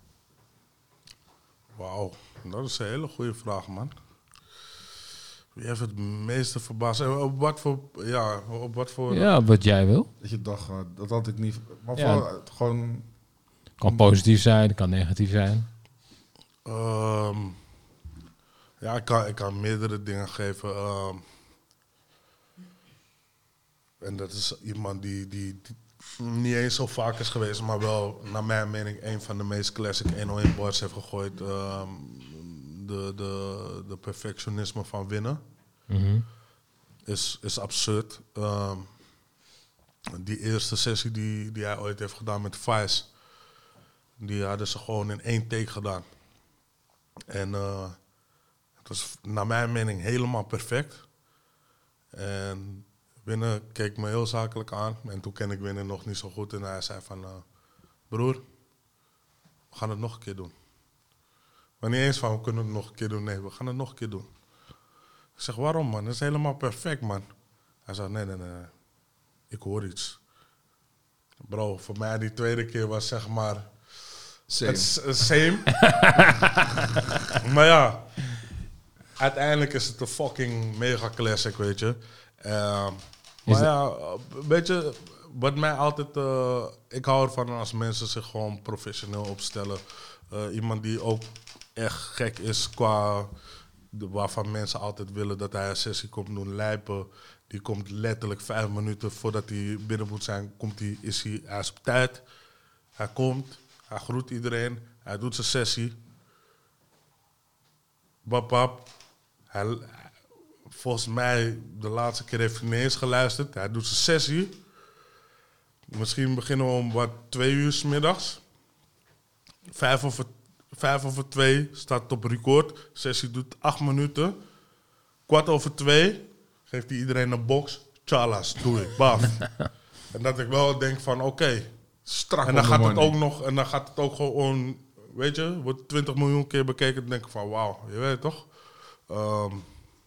Wauw, dat is een hele goede vraag, man. Wie heeft het meeste verbaasd? En Op wat voor... Ja, op wat voor... Ja, wat jij wil. Dat je dacht, eh, dat had ik niet... Maar Ja. vooral, eh, gewoon... Kan positief zijn, kan negatief zijn. Ehm, ja, ik kan, ik kan meerdere dingen geven. ehm. en dat is iemand die, die, die niet eens zo vaak is geweest, maar wel, naar mijn mening, een van de meest classic honderdéén bars heeft gegooid. ehm, de, de, de perfectionisme van winnen Mhm. is, is absurd. Ehm, die eerste sessie die, die hij ooit heeft gedaan met Vice. Die hadden ze gewoon in één take gedaan. En uh, het was naar mijn mening helemaal perfect. En Winner keek me heel zakelijk aan. En toen ken ik Winner nog niet zo goed. En hij zei van, uh, broer, we gaan het nog een keer doen. Maar niet eens van, we kunnen het nog een keer doen. Nee, we gaan het nog een keer doen. Ik zeg, waarom man? Dat is helemaal perfect man. Hij zei, nee, nee, nee. Ik hoor iets. Bro, voor mij die tweede keer was zeg maar... Same. Het is same. Maar ja, uiteindelijk is het een fucking mega classic, weet je. Uh, maar ja, weet je, wat mij altijd... Uh, ik hou ervan als mensen zich gewoon professioneel opstellen. Uh, iemand die ook echt gek is qua... De, waarvan mensen altijd willen dat hij een sessie komt doen lijpen. Die komt letterlijk vijf minuten voordat hij binnen moet zijn, komt hij, is hij, hij is op tijd. Hij komt, hij groet iedereen, hij doet zijn sessie. Bap, bap. Hij, volgens mij, de laatste keer heeft hij niet eens geluisterd. Hij doet zijn sessie. Misschien beginnen we om wat twee uur 's middags. Vijf over, vijf over twee staat het op record. Sessie doet acht minuten. Kwart over twee geeft hij iedereen een box. Tjallas, doe ik, baf. En dat ik wel denk van, oké. Okay. Strak en dan gaat het money. ook nog, en dan gaat het ook gewoon, weet je, wordt twintig miljoen keer bekeken. Dan denk ik van, wauw, je weet toch? Um,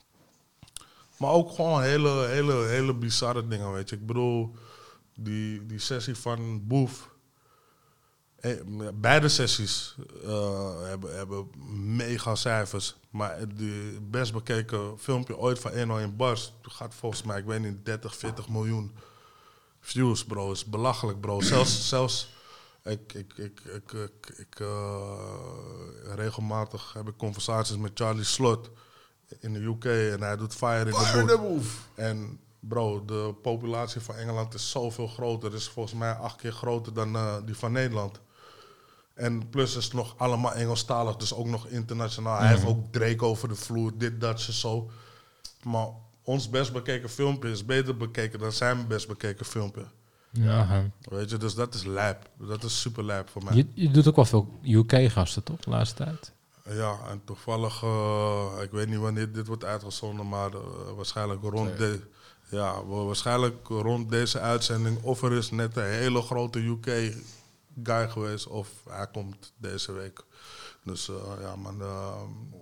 maar ook gewoon hele, hele, hele bizarre dingen, weet je. Ik bedoel, die, die sessie van Boef. Eh, beide sessies uh, hebben, hebben mega cijfers. Maar het best bekeken filmpje ooit van Eno in Bars gaat volgens mij, ik weet niet, dertig, veertig miljoen views, bro. Dat is belachelijk, bro. Zelfs, zelfs ik, ik, ik, ik, ik, ik uh, regelmatig heb ik conversaties met Charlie Slot in de U K en hij doet Fire in Fire the the Booth. Booth. En bro, de populatie van Engeland is zoveel groter. Het is volgens mij acht keer groter dan uh, die van Nederland. En plus is het nog allemaal Engelstalig, dus ook nog internationaal. Mm-hmm. Hij heeft ook Drake over de vloer, dit, dat, zo. Maar ons best bekeken filmpje is beter bekeken dan zijn best bekeken filmpje. Ja. Weet je, dus dat is lijp. Dat is super lijp voor mij. Je, je doet ook wel veel U K-gasten, toch, de laatste tijd? Ja, en toevallig, uh, ik weet niet wanneer dit wordt uitgezonden, maar uh, waarschijnlijk rond Nee. de... Ja, waarschijnlijk rond deze uitzending. Of er is net een hele grote U K guy geweest, of hij komt deze week. Dus uh, ja, man. Uh,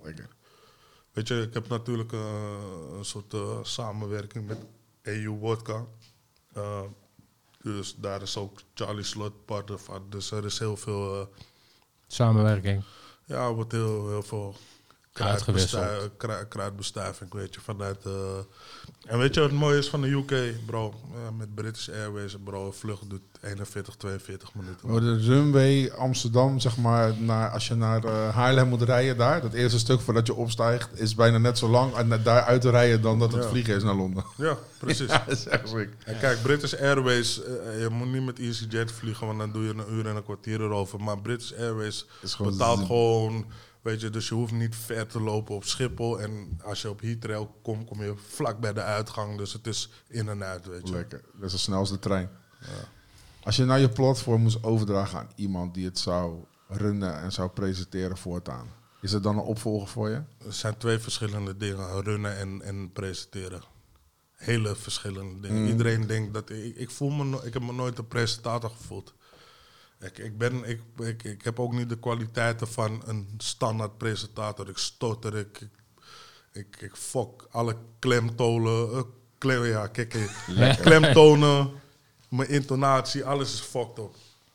weet je, ik heb natuurlijk uh, een soort uh, samenwerking met E U Wodka. Uh, dus daar is ook Charlie Slot partner van. Dus er is heel veel... Uh, Samenwerking. ja, er wordt heel, heel veel... Uitgewisseld. Kruid, kruidbestuiving, weet je, vanuit... Uh, en weet je wat het mooie is van de U K, bro? Ja, met British Airways, bro, een vlucht doet eenenveertig, tweeënveertig minuten. Oh, de runway Amsterdam, zeg maar, naar, als je naar uh, Haarlem moet rijden daar, dat eerste stuk voordat je opstijgt, is bijna net zo lang en daar uit te rijden dan dat het Ja. vliegen is naar Londen. Ja, precies. Ja, dat is echt ziek. En kijk, British Airways, uh, je moet niet met EasyJet vliegen, want dan doe je een uur en een kwartier erover. Maar British Airways Is gewoon betaalt z- gewoon, weet je, dus je hoeft niet ver te lopen op Schiphol. En als je op Heathrow komt, kom je vlak bij de uitgang. Dus het is in en uit, weet je. Lekker. Dat is de snelste trein. Als je nou je platform moest overdragen aan iemand die het zou runnen en zou presenteren voortaan, is het dan een opvolger voor je? Er zijn twee verschillende dingen, runnen en, en presenteren. Hele verschillende dingen. Mm. Iedereen denkt dat... Ik, ik, voel me no- ik heb me nooit een presentator gevoeld. Ik, ik, ben, ik, ik, ik heb ook niet de kwaliteiten van een standaard presentator. Ik stotter, ik, ik, ik, ik fok alle klemtonen. Uh, klem, ja, kijk, eh, klemtonen, mijn intonatie, alles is fucked up.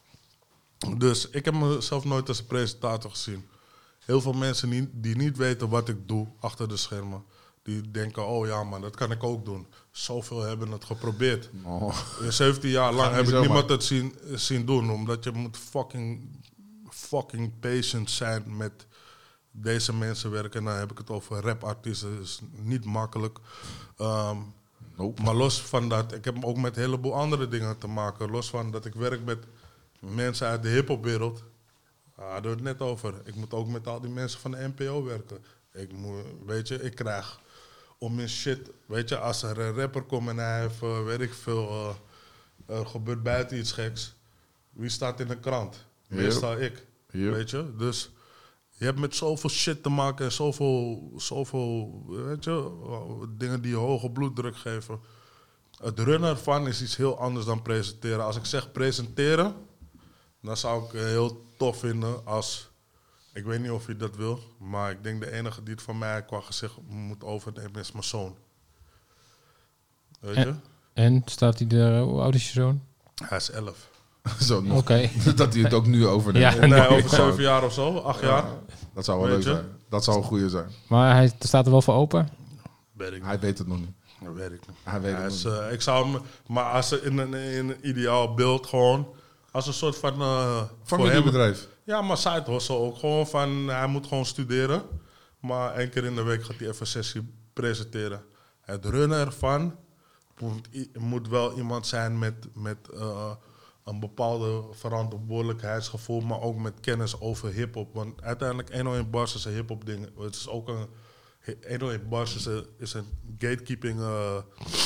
Dus ik heb mezelf nooit als een presentator gezien. Heel veel mensen die, die niet weten wat ik doe achter de schermen, die denken, oh ja man, dat kan ik ook doen. Zoveel hebben het geprobeerd. Oh. zeventien jaar lang Gaat heb niet ik zomaar. niemand het zien, zien doen. Omdat je moet fucking, fucking patient zijn met deze mensen werken. En dan heb ik het over rapartiesten. Dat is niet makkelijk. Um, Nope. maar los van dat, ik heb ook met een heleboel andere dingen te maken. Los van dat ik werk met mensen uit de hiphopwereld. Daar hadden we het net over. Ik moet ook met al die mensen van de N P O werken. Ik moet, weet je, ik krijg om mijn shit. Weet je, als er een rapper komt en hij heeft, uh, weet ik veel, uh, er gebeurt buiten iets geks. Wie staat in de krant? Meestal ik. Yep. Weet je? Dus je hebt met zoveel shit te maken en zoveel, zoveel weet je, dingen die je hoge bloeddruk geven. Het runnen ervan is iets heel anders dan presenteren. Als ik zeg presenteren, dan zou ik heel tof vinden als... Ik weet niet of je dat wil, maar ik denk de enige die het van mij qua gezicht moet overnemen is mijn zoon. Weet je? En, en staat hij er, hoe oud is je zoon? Hij is elf. Zo nog. Oké. Dat hij het ook nu overneemt. Ja. Nee, over zeven jaar of zo, acht jaar. Dat zou wel Weet leuk je? zijn. Dat zou een goede zijn. Maar hij staat er wel voor open? Weet ik niet. Hij weet het nog niet. Dat weet ik niet. Hij weet Hij het is, nog niet. eh, ik zou hem, maar als ze in een, in een ideaal beeld gewoon, als een soort van... eh, voor hem, Familiebedrijf. ja, maar side hustle ook. Gewoon van, hij moet gewoon studeren. Maar één keer in de week gaat hij even een sessie presenteren. Het runnen ervan moet, i- moet wel iemand zijn met, met eh, een bepaalde verantwoordelijkheidsgevoel, maar ook met kennis over hip-hop. Want uiteindelijk honderdéén Bars is een hip-hop ding. Het is ook een. honderdéén Bars is een, is een gatekeeping. eh,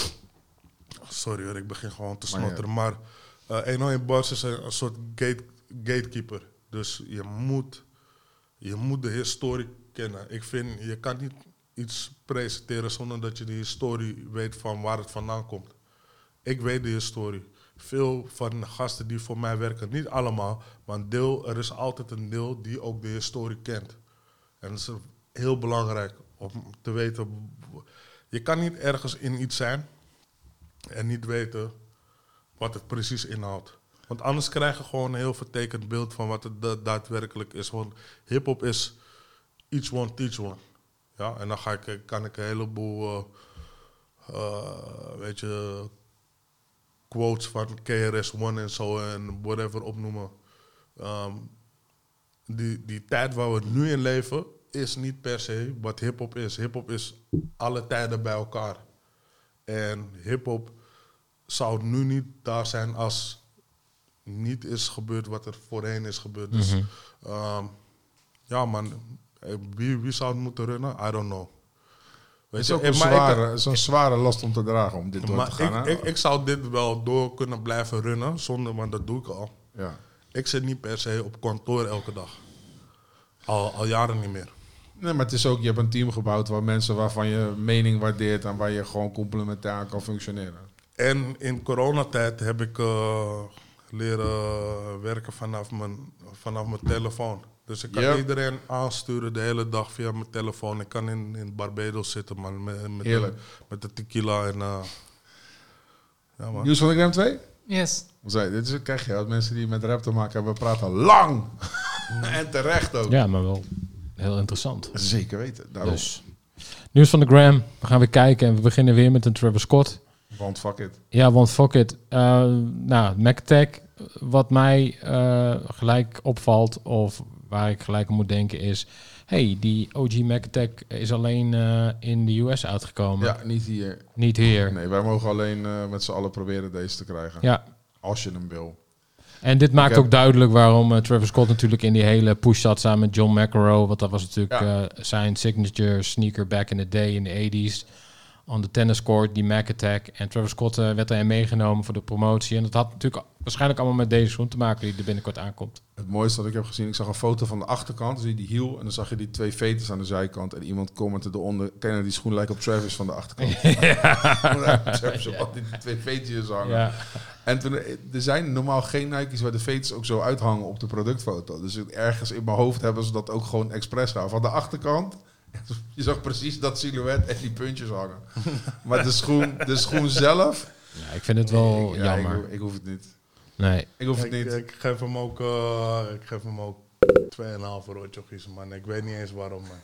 sorry hoor, ik begin gewoon te Maar ja. snotteren. Maar eh honderdéén Bars is een, een soort gate, gatekeeper. Dus je moet, je moet de historie kennen. Ik vind, je kan niet iets presenteren zonder dat je de historie weet van waar het vandaan komt. Ik weet de historie. Veel van de gasten die voor mij werken, niet allemaal, maar een deel, er is altijd een deel die ook de historie kent. En dat is heel belangrijk om te weten. Je kan niet ergens in iets zijn en niet weten wat het precies inhoudt. Want anders krijg je gewoon een heel vertekend beeld van wat het da- daadwerkelijk is. Want hip-hop is each one teach one. Ja, en dan ga ik, kan ik een heleboel uh, uh, weet je, quotes van K R S One en zo en whatever opnoemen. Um, die, die tijd waar we nu in leven is niet per se wat hip-hop is. Hip-hop is alle tijden bij elkaar. En hip-hop zou nu niet daar zijn als niet is gebeurd wat er voorheen is gebeurd. Dus Mhm. um, ja man, eh, wie, wie zou het moeten runnen? I don't know. Het is je, ook eh, een maar ik- zware, zo'n zware last om te dragen om dit door maar te gaan. ik, hè? ik, ik zou dit wel door kunnen blijven runnen, zonder, want dat doe ik al. ja. Ik zit niet per se op kantoor elke dag. Al, al jaren niet meer. Nee, maar het is ook, je hebt een team gebouwd waar mensen waarvan je mening waardeert en waar je gewoon complementair aan kan functioneren. En in coronatijd heb ik eh, leren werken vanaf mijn, vanaf mijn telefoon. Dus ik kan Ja. iedereen aansturen de hele dag via mijn telefoon. Ik kan in, in Barbados zitten, man. Met, met, de, Heerlijk. met de tequila en... eh, ja, man. Nieuws van de Gram twee? Yes. Zei, dit is, krijg je uit mensen die met rap te maken hebben, praten lang. En terecht ook. Ja, maar wel heel interessant. Zeker weten. Daarom. Dus, nieuws van de Gram. We gaan weer kijken en we beginnen weer met een Travis Scott. Want fuck it. Ja, want fuck it. Uh, nou, Mac Attack, wat mij uh, gelijk opvalt of waar ik gelijk aan moet denken is... hey, die O G Mac Attack is alleen uh, in de U S uitgekomen. Ja, niet hier. Niet hier. Nee, wij mogen alleen uh, met z'n allen proberen deze te krijgen. Ja. Als je hem wil. En dit maakt heb- ook duidelijk waarom uh, Travis Scott natuurlijk in die hele push zat samen met John McEnroe. Want dat was natuurlijk Ja. uh, zijn signature sneaker back in the day in de eighties. On de tennis court, die Mac Attack. En Travis Scott uh, werd daarin meegenomen voor de promotie. En dat had natuurlijk waarschijnlijk allemaal met deze schoen te maken die er binnenkort aankomt. Het mooiste wat ik heb gezien, ik zag een foto van de achterkant. Dan zie je die hiel en dan zag je die twee veters aan de zijkant. En iemand commentte eronder, ken je die schoen lijkt op Travis van de achterkant. ja. Travis op al die twee veters hangen. Ja. En toen, er zijn normaal geen Nike's waar de veters ook zo uithangen op de productfoto. Dus ergens in mijn hoofd hebben ze dat ook gewoon expres gedaan. Van de achterkant, je zag precies dat silhouet en die puntjes hangen. Maar de schoen, de schoen zelf... Ja, ik vind het wel ja, jammer. Ik, ik hoef het niet. Nee. Ik hoef het Ik, niet. ik geef hem ook, uh, ik geef hem ook twee komma vijf rotjochies, man. Ik weet niet eens waarom, man.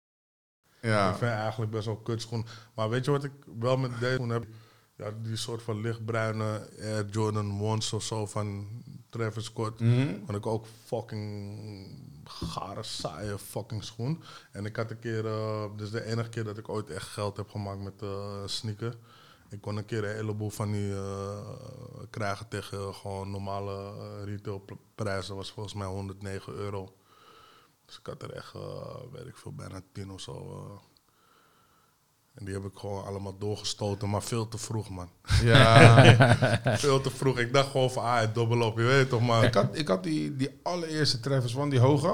Ja. Ik vind het eigenlijk best wel kut schoen. Maar weet je wat ik wel met deze schoen heb? Ja, die soort van lichtbruine Air Jordan ones of zo van Travis Scott. Mhm. Vond ik ook fucking gare, saaie fucking schoen. En ik had een keer, uh, dit is de enige keer dat ik ooit echt geld heb gemaakt met uh, sneaker. Ik kon een keer een heleboel van die uh, krijgen tegen gewoon normale uh, retailprijzen. Dat was volgens mij honderdnegen euro. Dus ik had er echt, uh, weet ik veel, bijna tien of zo. Uh. En die heb ik gewoon allemaal doorgestoten, maar veel te vroeg, man. Ja. Veel te vroeg. Ik dacht gewoon van, ah, het dubbel op, je weet toch, man. ik had, ik had die, die allereerste Travis One, die hoge.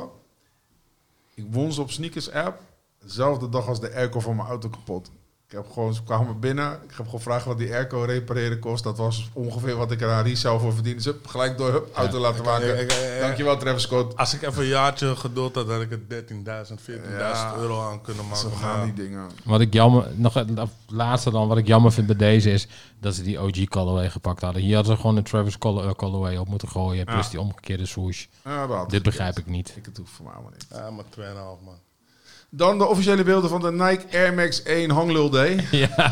Ik won ze op Sneakers app. Dezelfde dag als de airco van mijn auto kapot. Ik heb gewoon, ze kwamen binnen. Ik heb gevraagd wat die airco repareren kost. Dat was ongeveer wat ik er aan resale voor verdiende. Dus hup, gelijk door hup, auto laten maken. Ik- ik- ik- Dankjewel Travis Scott. Als ik even een jaartje geduld had, had ik het dertienduizend, veertienduizend Ja. euro aan kunnen maken. Zo Maar gaan die dingen. Wat ik jammer, nog het laatste dan, wat ik jammer vind bij deze is dat ze die O G colorway gepakt hadden. Hier hadden ze gewoon een Travis Col- uh, colorway op moeten gooien, plus Ja. die omgekeerde swoosh. Ja, dat had Dit gekund. begrijp ik niet. Ik het hoef voor mij allemaal niet. Ja, maar twee komma vijf, man. Dan de officiële beelden van de Nike Air Max één Hanglul Day. Ja,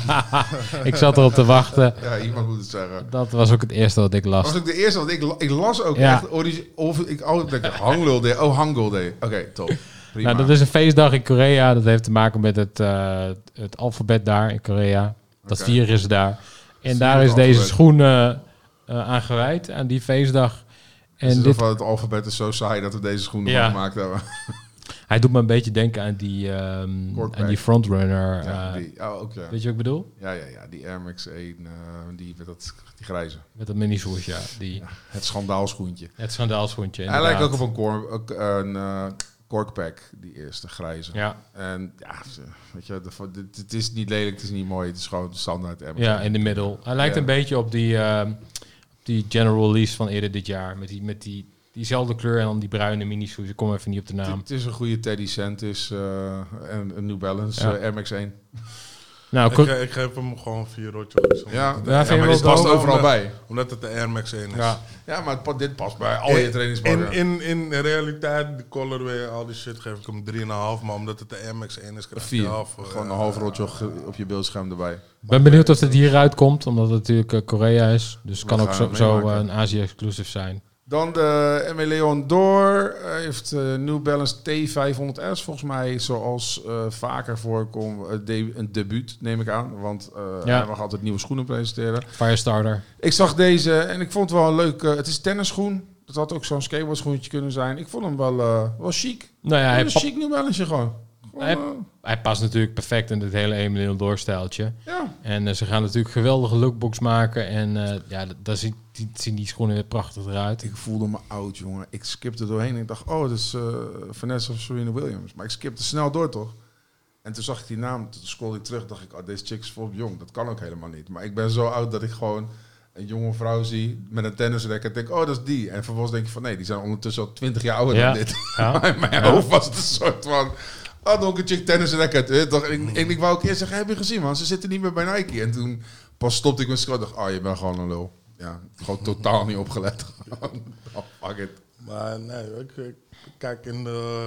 ik zat erop te wachten. Ja, iemand moet het zeggen. Dat was ook het eerste wat ik las. Was ook de eerste, want ik, la- ik las ook Ja. echt origi- of ik altijd denk Hanglul Day. Oh, Hangul Day. Oké, top. Prima. Nou, dat is een feestdag in Korea. Dat heeft te maken met het, uh, het alfabet daar in Korea. Dat Oké. vier is daar. En Vier daar het is deze alfabet. schoen uh, uh, aan gewijd, aan die feestdag. En En dit, het alfabet is zo saai dat we deze schoenen Ja. van gemaakt hebben. hij doet me een beetje denken aan die, um, Corkback. aan die frontrunner. Ja, uh, die, oh, ook ja. Weet je wat ik bedoel? Ja, ja, ja, die Air Max één, uh, die, met dat, die grijze. Met dat mini swoosh, ja. Die, Het schandaalschoentje. Het schandaalschoentje. Hij lijkt ook inderdaad. op een, cor, ook een uh, corkpack, die eerste grijze. Ja, En ja, weet je, de, dit, het is niet lelijk, het is niet mooi. Het is gewoon standaard Air Max ja, één. in de middel. Hij lijkt Ja. een beetje op die, um, op die general release van eerder dit jaar. Met, die, met die, diezelfde kleur en dan die bruine mini swoosh. Ik kom even niet op de naam. Het is een goede Teddy Santis uh, en een New Balance Ja. uh, Air Max één. Nou, Ik, Cor- ge- ik geef hem gewoon vier rotjes. Ja, ja, vind je maar wel dit past dope? overal bij. Omdat het de Air Max één is. ja. Ja, maar het pa- dit past bij al je in, trainingspakken. in, in realiteit, de colorway, al die shit, geef ik hem drie komma vijf. Maar omdat het de Air Max één is, krijg je Vier. half. eh, Gewoon een half rotje op, op je beeldscherm erbij. Ik ben benieuwd of het hieruit komt, omdat het natuurlijk uh, Korea is. Dus het kan We ook gaan zo, het zo meemaken. uh, een Azië-exclusive zijn. Dan de M Leon Door uh, heeft uh, New Balance T vijfhonderd S. Volgens mij, zoals uh, vaker voorkomt, uh, de- een debuut, neem ik aan. Want uh, Ja. hij mag altijd nieuwe schoenen presenteren. Firestarter. Ik zag deze en ik vond het wel een leuk... Uh, het is tennisschoen. Het had ook zo'n skateboardschoentje kunnen zijn. Ik vond hem wel, uh, wel chic. Nou ja, hij, Een pa- chic New Balance gewoon. Gewoon, Hij- uh, hij past natuurlijk perfect in dit hele Emilion Door-stijltje. ja. En uh, ze gaan natuurlijk geweldige lookbooks maken. En uh, ja, d- daar zien die, zien die schoenen weer prachtig eruit. Ik voelde me oud, jongen. Ik skipte doorheen en ik dacht, oh, dat is uh, Vanessa of Serena Williams. Maar ik skipte snel door, toch? En toen zag ik die naam, toen scrollde ik terug, dacht ik, oh, deze chick is volop jong. Dat kan ook helemaal niet. Maar ik ben zo oud dat ik gewoon een jonge vrouw zie met een tennisracket en denk, oh, dat is die. En vervolgens denk je van, nee, die zijn ondertussen al twintig jaar ouder Ja. dan dit. Ja. Maar in mijn Ja. hoofd was het een soort van, oh, nog een chick tennisracket. Weet je toch? En ik, en ik wou ook eerst zeggen, heb je gezien, man? Ze zitten niet meer bij Nike. En toen pas stopte ik met scrollen dacht, oh, je bent gewoon een lul. Ja, gewoon totaal niet opgelet. Oh, fuck it. Maar nee, ik, ik kijk in de...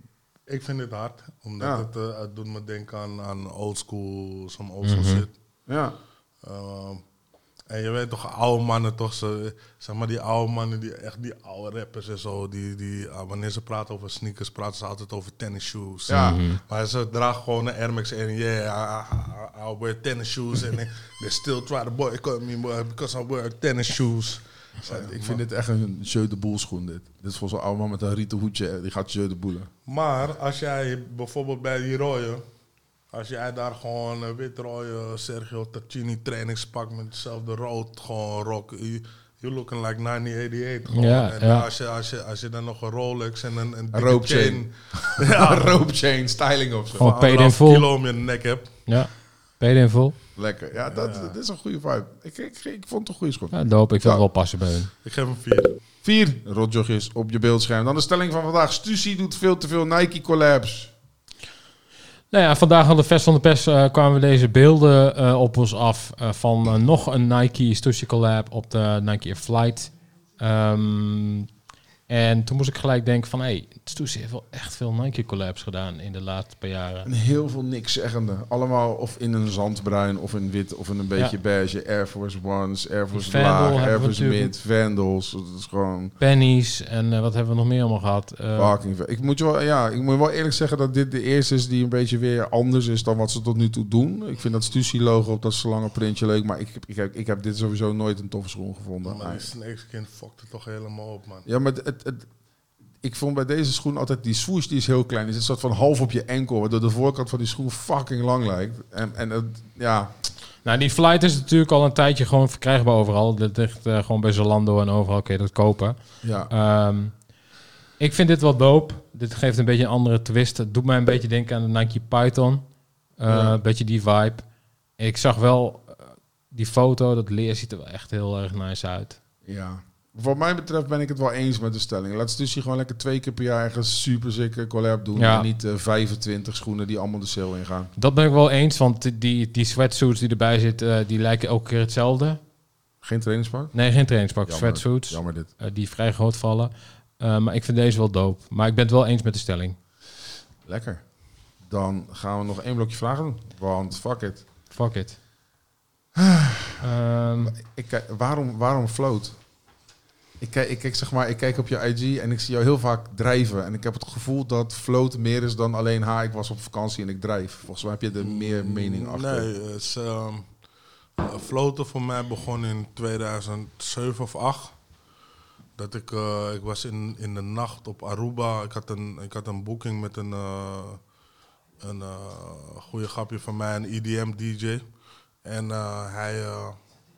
Ik vind het hard, omdat Ja. het, uh, het doet me denken aan, aan oldschool, zo'n oldschool Mhm. shit. Ja. Ehm, en je weet toch, oude mannen toch, ze, zeg maar die oude mannen, die, echt die oude rappers en zo, die, die, uh, wanneer ze praten over sneakers, praten ze altijd over tennis shoes. Ja. Mhm. Maar ze dragen gewoon een Air Max en yeah, I, I, I wear tennis shoes and they, they still try to boycott me because I wear tennis shoes. Ik vind dit echt een jeu de boel schoen, dit. Dit is volgens een oude man met een rieten hoedje, die gaat jeu de boelen. Maar als jij bijvoorbeeld bij die rode, als jij daar gewoon een wit-rode Sergio Tacchini trainingspak met hetzelfde rood gewoon rock, you, you looking like negentien achtennegentig gewoon. Ja, en ja. Als, je, als, je, als je dan nog een Rolex en een, een dikke rope chain, chain. Ja, rope chain, styling of zo. Gewoon van paid in anderhalf full. kilo om je nek hebt. Ja, ben je in vol? Lekker. Ja, dat, Ja. dat is een goede vibe. Ik, ik, ik vond het een goede schoen. Ja, dope. Ik vind Ja. het wel passen bij hun. Ik geef hem vier. Vier rotjochjes op je beeldscherm. Dan de stelling van vandaag. Stussy doet veel te veel Nike collabs. Nou ja, vandaag hadden Vest van de Pers uh, kwamen deze beelden uh, op ons af uh, van uh, nog een Nike Stussy collab op de Nike Air Flight. Um, en toen moest ik gelijk denken van, hé, hey, Stussy heeft wel echt veel Nike collabs gedaan in de laatste paar jaren. En heel veel niks zeggende. Allemaal of in een zandbruin, of in wit, of in een beetje Ja. beige. Air Force Ones, Air Force Vandal laag, hebben Air we Force natuurlijk. mid, Vandals. Dat is gewoon Pennies en uh, wat hebben we nog meer allemaal gehad? Uh, fucking veel. Ik moet je wel, ja, ik moet wel eerlijk zeggen dat dit de eerste is die een beetje weer anders is dan wat ze tot nu toe doen. Ik vind dat Stussy logo op dat slange printje leuk, maar ik, heb- ik, heb, ik heb dit sowieso nooit een toffe schoen gevonden. Maar Nee. die snakeskin fokte toch helemaal op, man. Ja, maar het, het, het- ik vond bij deze schoen altijd die swoosh, die is heel klein. Die zit soort van half op je enkel, waardoor de voorkant van die schoen fucking lang lijkt. En, en het, ja... Nou, die Flight is natuurlijk al een tijdje gewoon verkrijgbaar overal. Dat ligt uh, gewoon bij Zalando en overal kun je dat kopen. Ja. Um, ik vind dit wel dope. Dit geeft een beetje een andere twist. Het doet mij een beetje denken aan de Nike Python. Uh, ja. Een beetje die vibe. Ik zag wel uh, die foto, dat leer ziet er wel echt heel erg nice uit. Ja. Wat mij betreft ben ik het wel eens met de stelling. Laat Stussy gewoon lekker twee keer per jaar ergens super zikke collab doen. Ja. En niet uh, vijfentwintig schoenen die allemaal de sale ingaan. Dat ben ik wel eens, want die, die sweatsuits die erbij zitten, uh, die lijken elke keer hetzelfde. Geen trainingspak? Nee, geen trainingspak. Jammer, sweatsuits. Jammer dit. Uh, die vrij groot vallen. Uh, maar ik vind deze wel dope. Maar ik ben het wel eens met de stelling. Lekker. Dan gaan we nog één blokje vragen doen. Want fuck it. Fuck it. um, ik, waarom, waarom float? Ik kijk, ik, kijk, zeg maar, ik kijk op je I G en ik zie jou heel vaak drijven. En ik heb het gevoel dat float meer is dan alleen... ha, ik was op vakantie en ik drijf. Volgens mij heb je er meer mening achter. Nee, het is, uh, floaten voor mij begon in tweeduizend zeven of acht. Dat ik, uh, ik was in, in de nacht op Aruba. Ik had een, ik had een boeking met een, uh, een uh, goede grapje van mij, een E D M D J. En uh, hij... Uh,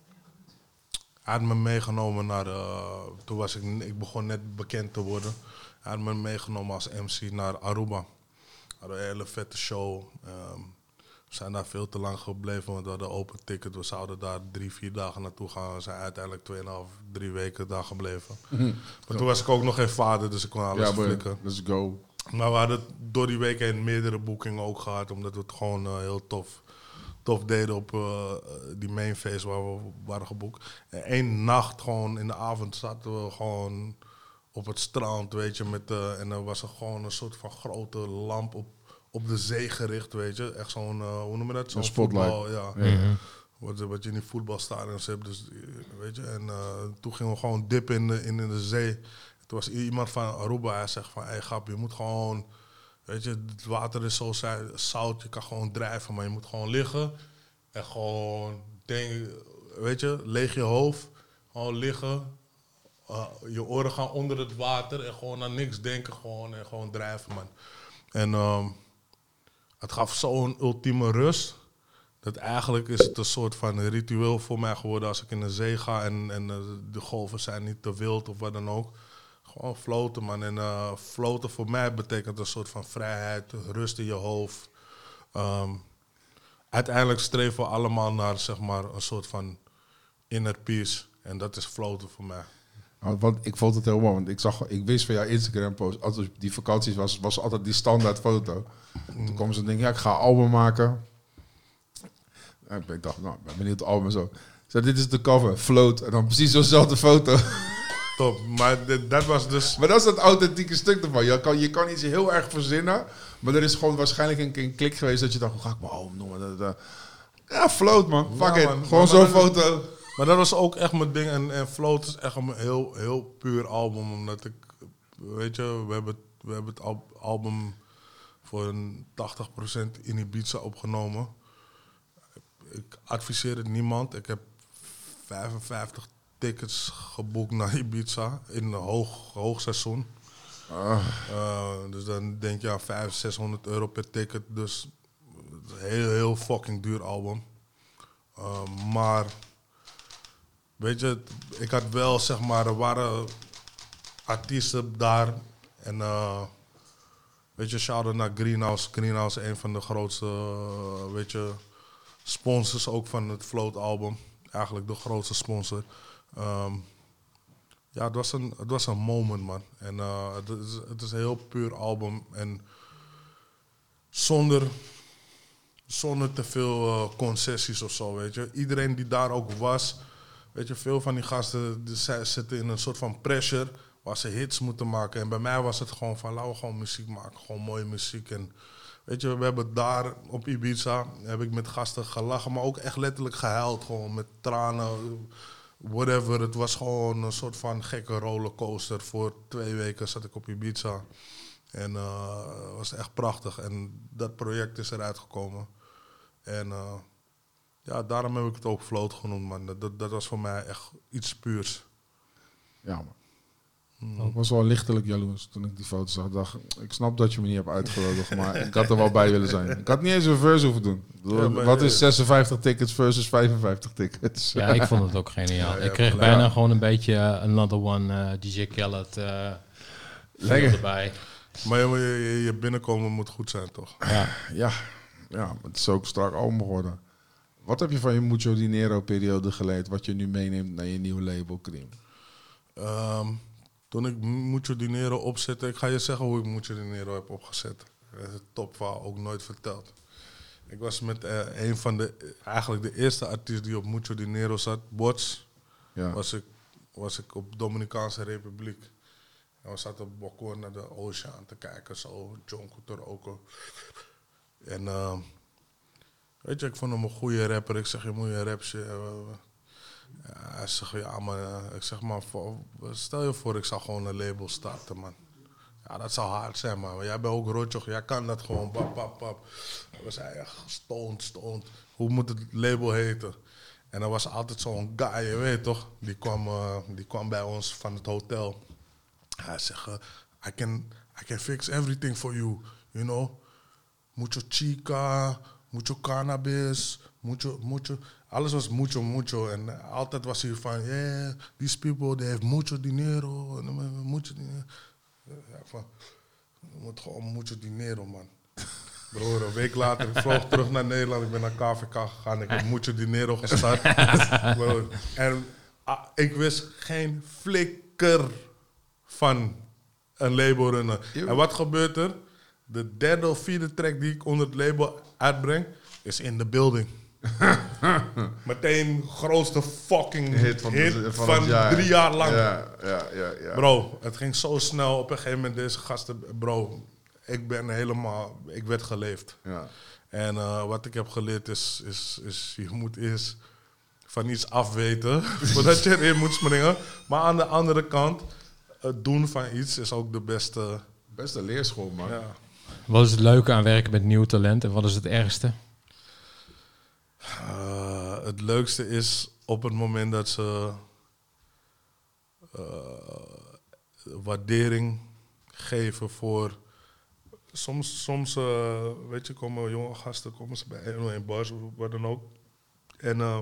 Hij had me meegenomen naar... Uh, toen was ik... Ik begon net bekend te worden. Hij had me meegenomen als M C naar Aruba. We hadden een hele vette show. Um, we zijn daar veel te lang gebleven, want we hadden open ticket. We zouden daar drie, vier dagen naartoe gaan. We zijn uiteindelijk tweeënhalf, drie weken daar gebleven. Mm-hmm. Maar toen was ik ook nog geen vader, dus ik kon alles ja, flikken. Let's go. Maar we hadden door die week heen meerdere boekingen ook gehad, omdat we het gewoon uh, heel tof... tof deden op uh, die mainface waar we waren geboekt. En één nacht gewoon in de avond zaten we gewoon op het strand, weet je, met uh, en er was er gewoon een soort van grote lamp op, op de zee gericht, weet je. Echt zo'n, uh, hoe noem je dat? Zo'n spotlight. Voetbal, ja. Mm-hmm. Wat, wat je in die voetbalstadions hebt, dus, weet je. En uh, toen gingen we gewoon dippen in de, in, in de zee. Toen was iemand van Aruba, hij zegt van, hé hey, grap, je moet gewoon... Weet je, het water is zo zout, je kan gewoon drijven, maar je moet gewoon liggen. En gewoon, denk, weet je, leeg je hoofd, gewoon liggen. Uh, je oren gaan onder het water en gewoon aan niks denken, gewoon, en gewoon drijven, man. En um, het gaf zo'n ultieme rust. Dat eigenlijk is het een soort van ritueel voor mij geworden als ik in de zee ga en, en uh, de golven zijn niet te wild of wat dan ook. Gewoon floten, man. En uh, floten voor mij betekent een soort van vrijheid, rust in je hoofd. Um, uiteindelijk streven we allemaal naar, zeg maar, een soort van inner peace. En dat is floten voor mij. Want ik vond het heel mooi, want ik, zag, ik wist van jouw Instagram-post, als die vakanties was, was altijd die standaard foto. Mm. Toen kwam ze en denk, ja, ik ga een album maken. En ik dacht, nou, ik ben benieuwd het album zo. Zo, dit is de cover, float. En dan precies zo'nzelfde foto. Top, maar dit, dat was dus... Maar dat is het authentieke stuk ervan. Je kan, je kan iets heel erg verzinnen, maar er is gewoon waarschijnlijk een, een klik geweest dat je dacht, hoe ga ik mijn album noemen? Dat, dat. Ja, float, man. Fuck ja, it. Man. Gewoon zo'n foto. Maar dat was ook echt mijn ding. En, en Float is echt een heel, heel puur album. Omdat ik, weet je, we hebben, we hebben het al, album voor een tachtig procent in Ibiza opgenomen. Ik adviseer het niemand. Ik heb vijfenvijftig tickets geboekt naar Ibiza in een hoog, hoogseizoen. Ah. Uh, dus dan denk je aan vijfhonderd, zeshonderd euro per ticket. Dus een heel, heel fucking duur album. Uh, maar... Weet je, ik had wel, zeg maar, er waren artiesten daar. En uh, weet je, shout-out naar Greenhouse. Greenhouse, een van de grootste, uh, weet je, sponsors ook van het Float album. Eigenlijk de grootste sponsor. Um, ja, het was, een, het was een moment, man. En uh, het, is, het is een heel puur album. En zonder... Zonder te veel uh, concessies of zo, weet je. Iedereen die daar ook was... Weet je, veel van die gasten die zitten in een soort van pressure... waar ze hits moeten maken. En bij mij was het gewoon van, laten we gewoon muziek maken. Gewoon mooie muziek. En weet je, we hebben daar op Ibiza... heb ik met gasten gelachen, maar ook echt letterlijk gehuild. Gewoon met tranen, whatever. Het was gewoon een soort van gekke rollercoaster. Voor twee weken zat ik op Ibiza. En uh, het was echt prachtig. En dat project is eruit gekomen. En... Uh, Ja, daarom heb ik het ook Float genoemd, man. Dat, dat was voor mij echt iets puurs. Ja, man. Mm. Ik was wel lichtelijk jaloers toen ik die foto zag. Ik dacht, ik snap dat je me niet hebt uitgenodigd, maar ik had er wel bij willen zijn. Ik had niet eens een verse hoeven doen. Ik bedoel, Ja, maar, wat ja. is zesenvijftig tickets versus vijfenvijftig tickets? Ja, ik vond het ook geniaal. Ja, ja, ik kreeg ja. bijna gewoon een beetje uh, Another One, uh, D J Khaled uh, Lekker. erbij. Maar je, je, je binnenkomen moet goed zijn, toch? Ja. Ja, ja, het is ook strak album geworden. Wat heb je van je Mucho Dinero-periode geleerd, wat je nu meeneemt naar je nieuwe label, Cream? Um, toen ik Mucho Dinero opzette, ik ga je zeggen hoe ik Mucho Dinero heb opgezet. Dat is een topverhaal, ook nooit verteld. Ik was met uh, een van de, eigenlijk de eerste artiest die op Mucho Dinero zat, Bots. Ja. Was ik, was ik op Dominicaanse Republiek. En we zaten op het balkon naar de oceaan te kijken, zo, jonko te roken. En uh, weet je, ik vond hem een goede rapper. Ik zeg, je moet je rap shit. Ja, hij zegt, ja, maar uh, ik zeg maar, voor, stel je voor, ik zou gewoon een label starten, man. Ja, dat zou hard zijn, man. Maar jij bent ook rotjoch, jij kan dat gewoon, pap, pap, pap. We zeiden, stoned, stoned. Hoe moet het label heten? En er was altijd zo'n guy, je weet toch, die kwam, uh, die kwam bij ons van het hotel. Hij zegt, uh, I can, I can fix everything for you, you know. Mucho chica, mucho cannabis, mucho, mucho. Alles was mucho, mucho. En altijd was hij van, yeah, these people, they have mucho dinero. Mucho dinero. Ja, van, je moet gewoon mucho dinero, man. Broer, een week later, ik vloog terug naar Nederland. Ik ben naar K V K gegaan. Ik heb mucho dinero gestart. Broer. En ah, ik wist geen flikker van een label runnen. En wat gebeurt er? De derde of vierde track die ik onder het label uitbreng, is In The Building. Meteen grootste fucking hit van, hit van, van jaar. drie jaar lang. Ja, ja, ja, ja. Bro, het ging zo snel. Op een gegeven moment deze gasten, bro, ik ben helemaal, ik werd geleefd. Ja. En uh, wat ik heb geleerd is, is, is, je moet eerst van iets afweten voordat je erin moet springen. Maar aan de andere kant, het doen van iets is ook de beste. Beste leerschool, man. Ja. Wat is het leuke aan werken met nieuw talent en wat is het ergste? Uh, het leukste is op het moment dat ze uh, waardering geven voor. Soms, soms uh, weet je, komen jonge gasten komen ze bij een bars of wat dan ook. En uh,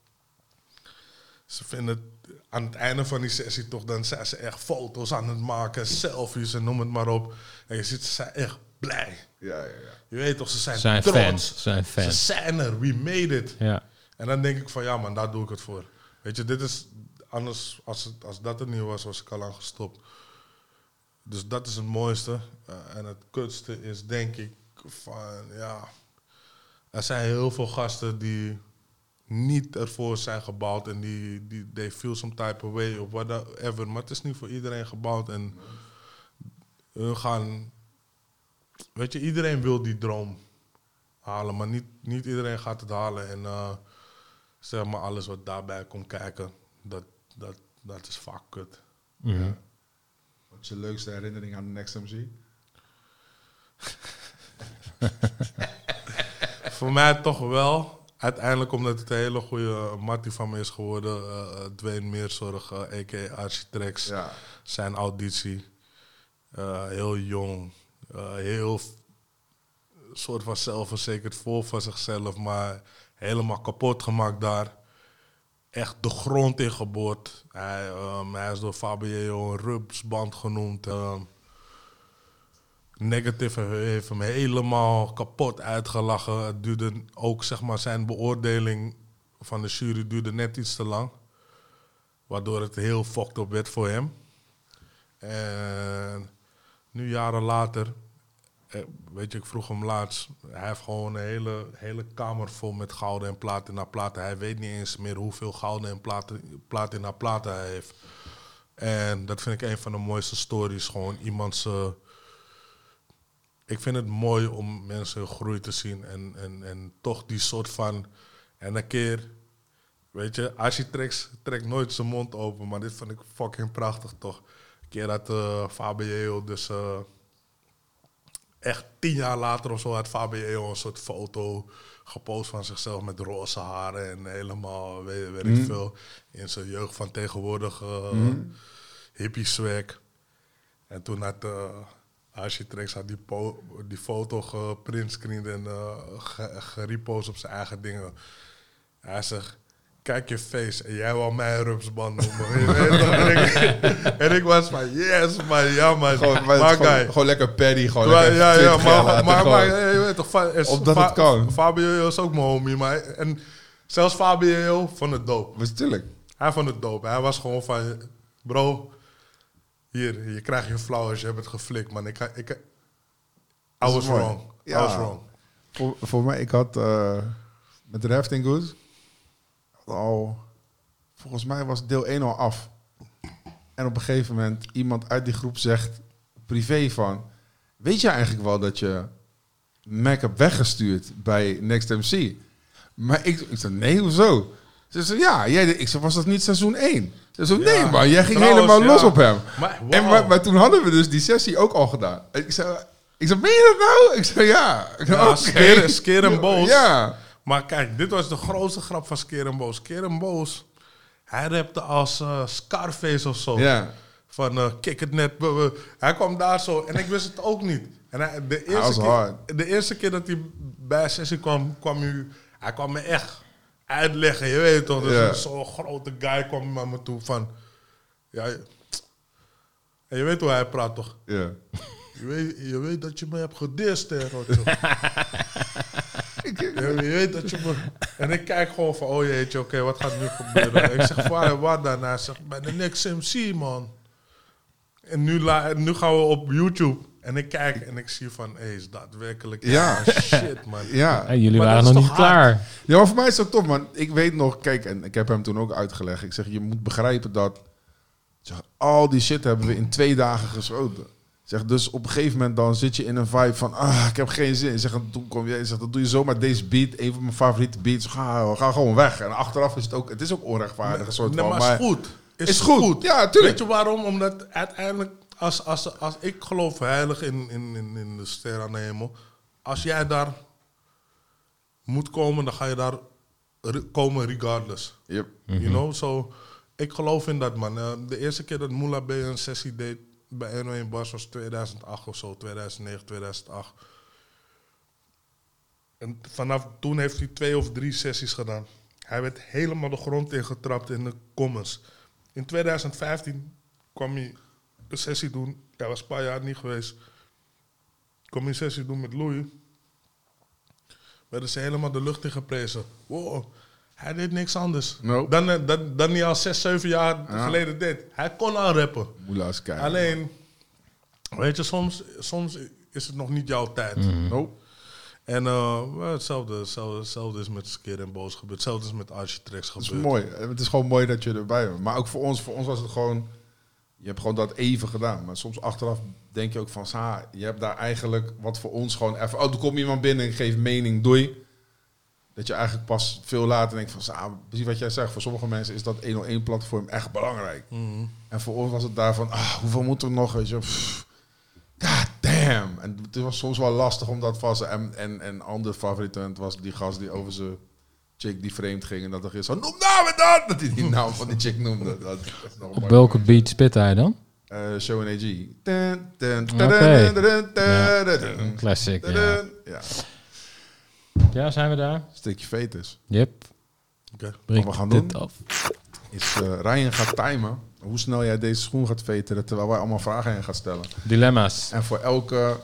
ze vinden het aan het einde van die sessie toch, dan zijn ze echt foto's aan het maken, selfies en noem het maar op. En je ziet, ze zijn echt blij. Ja, ja, ja. Je weet toch, ze zijn, Zijn trots. fans. Zijn Ze fans. zijn er, we made it. Ja. En dan denk ik van, ja man, daar doe ik het voor. Weet je, dit is, anders, als, het, als dat er niet was, was ik al lang gestopt. Dus dat is het mooiste. Uh, en het kutste is denk ik van, ja, er zijn heel veel gasten die niet ervoor zijn gebouwd en die, die they feel some type of way of whatever. Maar het is niet voor iedereen gebouwd en hun gaan, weet je, iedereen wil die droom halen, maar niet, niet iedereen gaat het halen. En uh, zeg maar, alles wat daarbij komt kijken, dat, dat, dat is vaak kut. Mm-hmm. Ja. Wat is je leukste herinnering aan de Next M C? Voor mij toch wel. Uiteindelijk omdat het een hele goede mattie van me is geworden. Uh, Dwayne Meerzorg, uh, a k a. Architrex. Ja. Zijn auditie. Uh, heel jong. Uh, heel f- soort van zelfverzekerd, vol van zichzelf. Maar helemaal kapot gemaakt daar. Echt de grond in geboord. Hij, um, hij is door Fabio een rupsband genoemd. Um, Negative heeft hem helemaal kapot uitgelachen. Het duurde ook, zeg maar, zijn beoordeling van de jury duurde net iets te lang. Waardoor het heel fucked up werd voor hem. En nu jaren later, weet je, ik vroeg hem laatst. Hij heeft gewoon een hele, hele kamer vol met gouden en platina platen. Hij weet niet eens meer hoeveel gouden en platen, platina platen hij heeft. En dat vind ik een van de mooiste stories. Gewoon iemands... Uh, ik vind het mooi om mensen hun groei te zien. En, en, en toch die soort van... En een keer... Weet je, Architrex trekt nooit zijn mond open. Maar dit vond ik fucking prachtig toch. Een keer had uh, Fabio dus... Uh, echt tien jaar later of zo had Fabio een soort foto gepost van zichzelf met roze haren en helemaal, weet, weet ik Mm. veel, in zijn jeugd van tegenwoordig uh, Mm. hippie swag. En toen had uh, Architrex had die, po- die foto geprintscreend en uh, ge- gerepost op zijn eigen dingen. Hij zegt, kijk je face en jij wil mijn rupsband noemen. Je weet toch? en, ik, en ik was van, yes man, ja man. Gewoon, maar maar het is gewoon, guy. gewoon lekker paddy. Gewoon Ja, lekker ja, ja, twintig jaar maar, later maar, gewoon. maar je weet toch, fa- is Omdat Fa- het kan. Fabio is ook mijn homie, maar en zelfs Fabio vond het dope. Maar natuurlijk. Hij vond het dope. Hij was gewoon van, bro, hier, je krijgt je flowers, je hebt het geflikt, man. Ik, ik, I Dat is was mooi. wrong. Ja. I was wrong. Voor, voor mij, ik had uh, met de Rafting Goods al, volgens mij was deel één al af. En op een gegeven moment iemand uit die groep zegt privé van, weet je eigenlijk wel dat je Mac hebt weggestuurd bij Next M C? Maar ik, ik zei, nee, hoezo? Ze zei, ja, jij, ik zei, was dat niet seizoen één? Ze zei, nee Ja, man, jij ging trouwens, helemaal los ja. op hem. Maar, wow. En, maar, maar toen hadden we dus die sessie ook al gedaan. En ik zei, ik zei, meen je dat nou? Ik zei, ja. Ik zei, Ja, oké. Skeer, Skeer en Boos. Ja. Maar kijk, dit was de grootste grap van Skeer en Boos. Skeer en Boos, hij rapte als uh, Scarface of zo. Ja. Van uh, kick het net. buh, buh. Hij kwam daar zo en ik wist het ook niet. En hij, de, was eerste hard. keer, de eerste keer dat hij bij een sessie kwam, kwam hij, hij kwam me echt uitleggen. Je weet toch, dus Ja. zo'n grote guy kwam naar me toe van... Ja, je, en je weet hoe hij praat toch? Ja. Je weet, je weet dat je me hebt gedist, hè, Rotjo. je, je weet dat je me... En ik kijk gewoon van, oh jeetje, oké, wat gaat nu gebeuren? ik zeg, waar, wat dan? Hij zegt, bij de Next M C, man. En nu, la, nu gaan we op YouTube. En ik kijk en ik zie van, hé, hey, is daadwerkelijk... Ja. Shit, man. Ja. En jullie Maar waren dat nog is niet toch klaar. Ja, maar voor mij is het ook tof, man. Ik weet nog, kijk, en ik heb hem toen ook uitgelegd. Ik zeg, je moet begrijpen dat... Zeg, al die shit hebben we in twee dagen geschoten. Zeg, dus op een gegeven moment dan zit je in een vibe van... Ah, ik heb geen zin. Zeg, en toen kom je, zeg, dan doe je zomaar deze beat. Een van mijn favoriete beats. Ga, ga gewoon weg. En achteraf is het ook... Het is ook onrechtvaardig. Een soort Nee, van, maar is goed. Is, goed. Ja, tuurlijk. Weet je waarom? Omdat uiteindelijk, als, als, als ik geloof heilig in, in, in, in de ster aan de hemel. Als jij daar moet komen, dan ga je daar re- komen regardless. Yep. You know? So, ik geloof in dat, man. Uh, de eerste keer dat Moula B een sessie deed bij N O één Bars was tweeduizend acht of zo. tweeduizend negen, tweeduizend acht. En vanaf toen heeft hij twee of drie sessies gedaan. Hij werd helemaal de grond ingetrapt in de comments. In tweeduizend vijftien kwam hij een sessie doen. Hij was een paar jaar niet geweest. Kwam hij een sessie doen met Louis. Werden ze helemaal de lucht in geprezen. Wow, hij deed niks anders. Nope. Dan, eh, dan, dan hij al zes, zeven jaar Ja. geleden deed. Hij kon al rappen. Moela's kijken. Alleen, weet je, soms, soms is het nog niet jouw tijd. Nope. En uh, well, hetzelfde, hetzelfde, hetzelfde is met Skeer en Boos gebeurd. Hetzelfde is met Architrex Het is gebeurd. mooi. Het is gewoon mooi dat je erbij bent. Maar ook voor ons, voor ons was het gewoon... Je hebt gewoon dat even gedaan. Maar soms achteraf denk je ook van... Sa, je hebt daar eigenlijk wat voor ons gewoon even... Oh, er komt iemand binnen en geeft mening, doei. Dat je eigenlijk pas veel later denkt van... Sa, precies wat jij zegt. Voor sommige mensen is dat honderdéén platform echt belangrijk. Mhm. En voor ons was het daarvan... Ah, hoeveel moet er nog? Weet je, pff, god damn. En het was soms wel lastig om dat vast... En, en, en andere favoriet was die gast die over zijn... chick die vreemd ging en dat er is zo, noem naam en dan! Dat hij die naam van die chick noemde. Dat is nog een Op mooi welke moment. beat spit hij dan? Uh, Show en A G. Dun, dun, dun, Oké. dun, dun, dun, Ja. dun, dun, Classic, dun, ja. dun. Ja, Ja, zijn we daar? stukje fetus. Yep. Oké. Breek Wat we gaan dit doen? af. Is uh, Ryan gaat timen hoe snel jij deze schoen gaat veteren terwijl wij allemaal vragen aan je gaat stellen. Dilemma's. En voor elke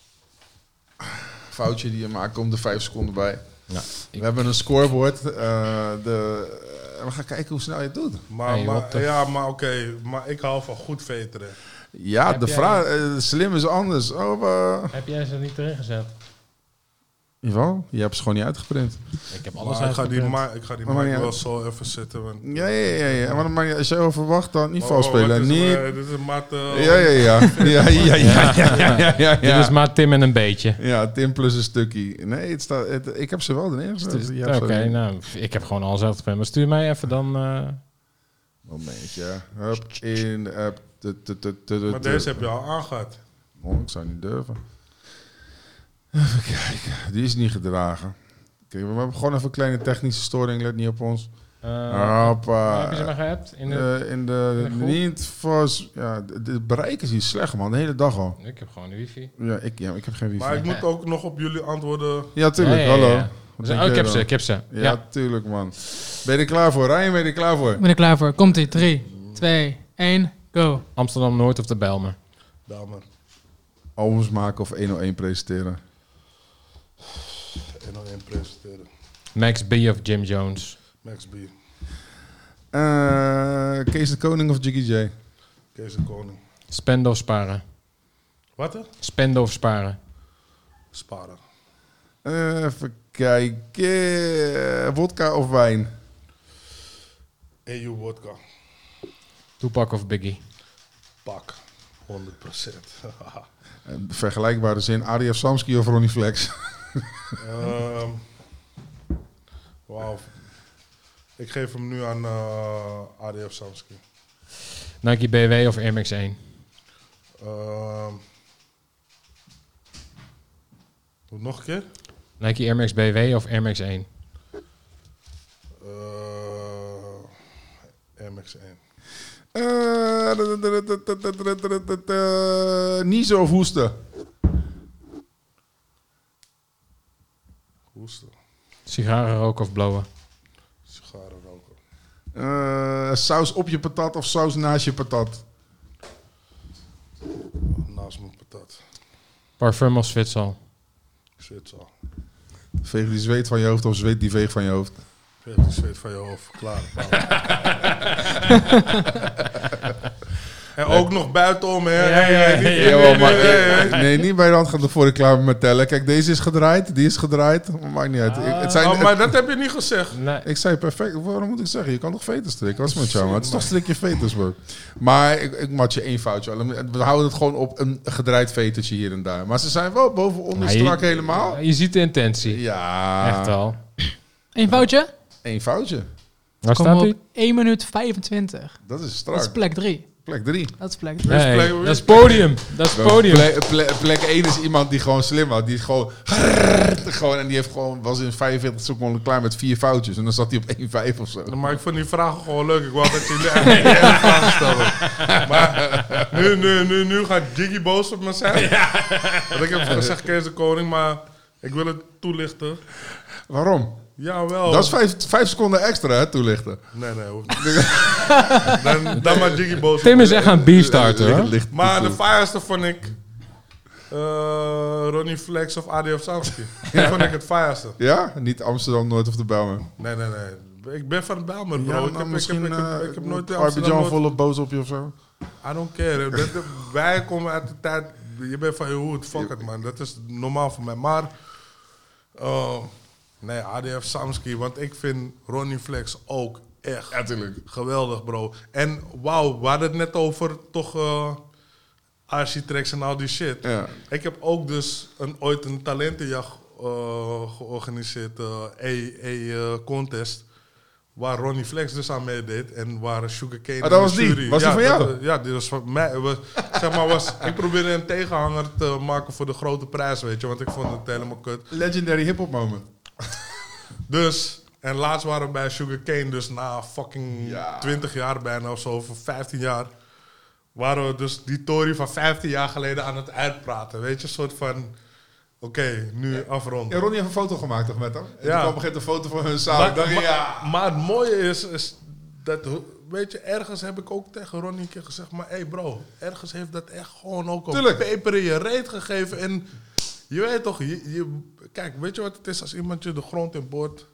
foutje die je maakt, komt er vijf seconden bij. Ja, We hebben een scoreboard. Uh, de, uh, we gaan kijken hoe snel je het doet. Maar, Hey, maar, wat de- ja, maar oké. Maar ik hou van goed veteren. Ja, Heb de jij- vraag... uh, slim is anders. Oh, uh, Heb jij ze niet erin gezet? Jawel, je hebt ze gewoon niet uitgeprint. Ik heb alles Maar ik ga die, uitgeprint. ma ik ga die Maar maakt mic niet wel uit. zo even zetten. Want... Ja, ja, ja, ja. Maar dan mag je, als je overwacht, dan niet Oh, vals oh, spelen. wat is Niet... het, eh, dit is een maat... eh, Ja, ja, ja. Ja, ja, ja, ja, ja, ja, ja. Dit is maar Tim en een beetje. Ja, Tim plus een stukje. Nee, het staat, het, ik heb ze wel erin gezet. Dus- Je Oké, hebt ze erin. nou, ik heb gewoon alles uitgeprint. Maar stuur mij even dan... eh, Momentje. Hup, in. Hup, tu, tu, tu, tu, tu, Maar tu. deze heb je al aangehad. Oh, ik zou niet durven. Even kijken. Die is niet gedragen. Kijk, we hebben gewoon even een kleine technische storing. Let niet op ons. Uh, Hoppa. heb je ze maar gehad? In de, Uh, in de, in de groep? niet vast. Ja, de, de bereik is hier slecht, man. De hele dag al. Ik heb gewoon de wifi. Ja, ik, ja, ik heb geen wifi. Maar ik moet ook nog op jullie antwoorden. Ja, tuurlijk. Ja, ja, Hallo. ja. Wat Dus, denk oh, ik jij heb dan? ze, ik heb ze. Ja, Ja. tuurlijk, man. Ben je er klaar voor? Ryan, ben je er klaar voor? Ik ben er klaar voor. Komt-ie. drie, twee, één, go. Amsterdam Noord of de Bijlmer? Belmer. Albums maken of honderdéén presenteren? honderdéén presenteren. Max B of Jim Jones? Max B. Uh, Kees de Koning of Jiggy J? Kees de Koning. Spenden of sparen? Wat er? Spenden of sparen? Sparen. Uh, even kijken. Wodka of wijn? E U vodka. Tupac of Biggie? Pak. honderd procent. Uh, vergelijkbare zin. Arief Samski of Ronnie Flex? um, Wauw. Ik geef hem nu aan uh, A D F Samski. Nike B W of Air Max één? Um, nog een keer? Nike Air Max B W of Air Max één? Uh, Air Max één. Uh, Niezen of hoesten? Hoesten. Sigaren roken of blowen? Sigaren roken. Uh, saus op je patat of saus naast je patat? Naast mijn patat. Parfum of Zwitsal? Shit zo. Veeg die zweet van je hoofd of zweet die veeg van je hoofd? Veeg die zweet van je hoofd. Klaar. En ook nog buitenom, hè? Ja, ja, ja, Niet- ja. Jawel, maar, eh, nee, niet bij de hand gaan voor ik klaar ben met tellen. Kijk, deze is gedraaid, die is gedraaid. Maakt niet uit. Ik, het zijn, Oh, maar dat heb je niet gezegd. Nee. ik zei perfect. Waarom moet ik zeggen? Je kan toch veters strikken? Wat is met jou, man? Het is toch strikje veters, bro. Maar ik, ik mat je één foutje. We houden het gewoon op een gedraaid vetertje hier en daar. Maar ze zijn wel boven onder Ja, je- strak helemaal. Je ziet de intentie. Ja. Echt wel. Eén foutje. Één foutje. Waar Kom staat op hij? één minuut vijfentwintig. Dat is Dat is strak. plek drie. Plek drie. Dat is plek drie. Nee, plek- dat is podium. Dat is podium. Plek, plek, plek één is iemand die gewoon slim had. Die is gewoon... gewoon en die heeft gewoon, was in vijfenveertig seconden klaar met vier foutjes. En dan zat hij op één komma vijf of zo. Maar ik vond die vragen gewoon leuk. Ik wou dat jullie eigenlijk die hele vragen stellen. Maar nu, nu, nu, nu gaat Jiggy boos op me zijn. Want ik heb gezegd Kees de Koning, maar ik wil het toelichten. Waarom? Jawel. Dat is vijf, vijf seconden extra, hè, toelichten. Nee, nee, hoeft niet. dan, dan maar Jiggy boos op Tim me. is echt aan B-starter, Ligt- hoor. ligt- Maar de fierste vond ik uh, Ronnie Flex of A D F Samski. Dat vond ik het fierste. Ja? Niet Amsterdam, Noord of de Bijlmer. Nee, nee, nee. Ik ben van Bijlmer, bro. Ja, ik, nou, heb, ik, misschien heb, ik, heb, eh, ik heb nooit in Amsterdam Arbidjan nooit- volop boos op je of zo. I don't care. Dat, dat- wij komen uit de tijd... Je bent van je hoed, fuck it man. Dat is normaal voor mij. Maar... Uh, nee, A D F Samski. Want ik vind Ronnie Flex ook echt Natuurlijk. geweldig, bro. En wauw, we hadden het net over toch... Uh, Architects en al die shit. Ja. Ik heb ook dus een, ooit een talentenjacht uh, georganiseerd. Uh, A, A uh, contest. Waar Ronnie Flex dus aan meedeed. En waar Sugarcane... Ah, dat in de was die? jury- Was ja, die van jou? dat, uh, ja, die was van mij. Was, zeg maar, was, ik probeerde een tegenhanger te maken voor de grote prijs, weet je. Want ik vond het helemaal kut. Legendary hip-hop moment. Dus... En laatst waren we bij Sugarcane, dus na fucking Ja. twintig jaar bijna of zo, of vijftien jaar... waren we dus die Tory van vijftien jaar geleden aan het uitpraten. Weet je, een soort van... Oké, okay, nu afronden. Ja, Ronnie heeft een foto gemaakt toch met hem? En Ja. toen kwam op een gegeven moment een foto van hun samen. Maar, Ik dacht, maar, ja. maar het mooie is, is dat, weet je, ergens heb ik ook tegen Ronnie een keer gezegd, maar hé hey bro, ergens heeft dat echt gewoon ook een Tuurlijk. peper in je reet gegeven. En je weet toch, je, je, kijk, weet je wat het is als iemand je de grond in boort?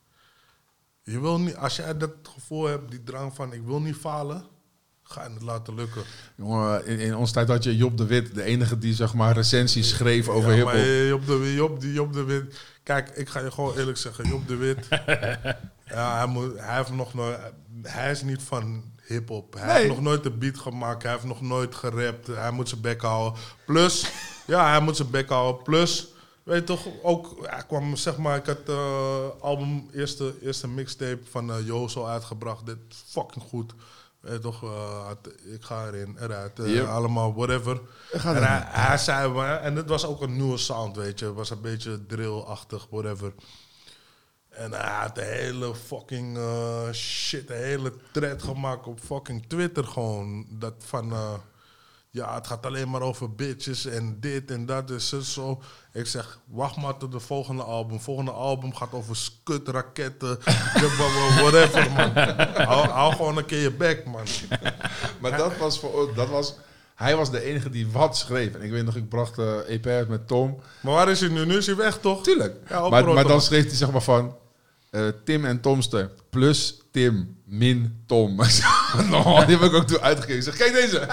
Je wil niet, als jij dat gevoel hebt, die drang van ik wil niet falen, ga je het laten lukken. Jongen, in, in onze tijd had je Job de Wit, de enige die zeg maar recensies schreef over Ja, hip-hop. maar Job de, Job, die Job de Wit. Kijk, ik ga je gewoon eerlijk zeggen. Job de Wit. ja, hij, moet, hij, heeft nog nooit, hij is niet van hip-hop. Hij Nee. heeft nog nooit een beat gemaakt. Hij heeft nog nooit gerapt. Hij moet zijn bek houden. Plus, ja, hij moet zijn bek houden. Plus, weet je toch, ook, hij kwam, zeg maar, ik had uh, album, eerste, eerste mixtape van uh, Jozo uitgebracht. Dit is fucking goed. Weet je toch, uh, het- ik ga erin, eruit, uh, Yep. allemaal, whatever. Ga En erin. hij, hij zei maar, en het was ook een nieuwe sound, weet je. Het was een beetje drill-achtig, whatever. En hij had de hele fucking uh, shit, de hele thread gemaakt op fucking Twitter gewoon. Dat van, uh, ja, het gaat alleen maar over bitches en dit en dat en zo. Ik zeg, wacht maar tot de volgende album. Volgende album gaat over skut, raketten, whatever, man. Hou, hou gewoon een keer je bek, man. Maar dat was voor dat was. Hij was de enige die wat schreef. En ik weet nog, ik bracht uh, E P uit met Tom. Maar waar is hij nu? Nu is hij weg, toch? Tuurlijk. Ja, maar, maar dan schreef hij zeg maar van uh, Tim en Tomster plus Tim min Tom. no, die heb ik ook toen uitgekeken. Ik zeg, kijk deze.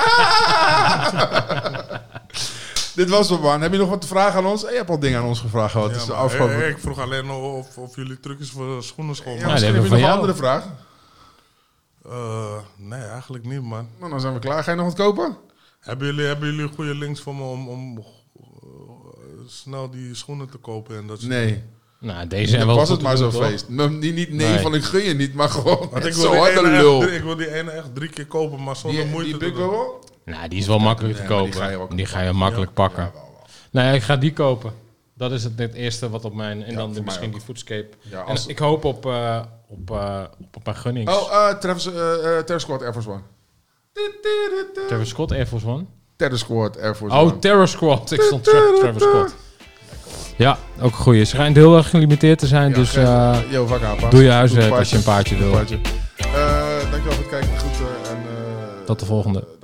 Dit was het, man. Heb je nog wat te vragen aan ons? Je hebt al dingen aan ons gevraagd. Wat Ja, is de maar, afgelopen... hey, ik vroeg alleen of, of jullie trucjes voor schoenenschool Ja, maken. misschien die heb je hebben nog we een van andere vraag. Uh, nee, eigenlijk niet, man. Nou, dan zijn we klaar. Ga je nog wat kopen? Hebben jullie, hebben jullie goede links voor me om, om uh, snel die schoenen te kopen? En dat soort Nee. Nou, deze zijn Dan wel was goed het maar te zo'n doen, toch? feest. Nee, niet, niet nee, Nee. van ik gun je niet, maar gewoon Want ik zo wil, die hard een ene lul. echt, drie- ik wil die ene echt drie keer kopen, maar zonder Die, moeite die te Big doen. Bubble? Nou, die is wel makkelijk te Nee, maar die kopen. ga je ook Die ga je makkelijk pakken. Ja, wel, wel. Nou ja, ik ga die kopen. Dat is het, het eerste wat op mijn... En Ja, dan voor de, mij misschien ook. die Foodscape. Ja, En als- ik hoop op, uh, op, uh, op, op mijn gunnings. Oh, uh, Travis, uh, uh, Terror Squad Air Force One. Terror Squad, Air Force One. Terror Squad Air Force One. Oh, Terror Squad. Ik stond Tra Travis Scott. Ja, ook een goeie. Ze schijnt heel erg gelimiteerd te zijn, Ja, dus geef- uh, Yo, vakka, doe je huiswerk als je een paardje wil. Uh, dankjewel voor het kijken. Groeten en... Uh, Tot de volgende.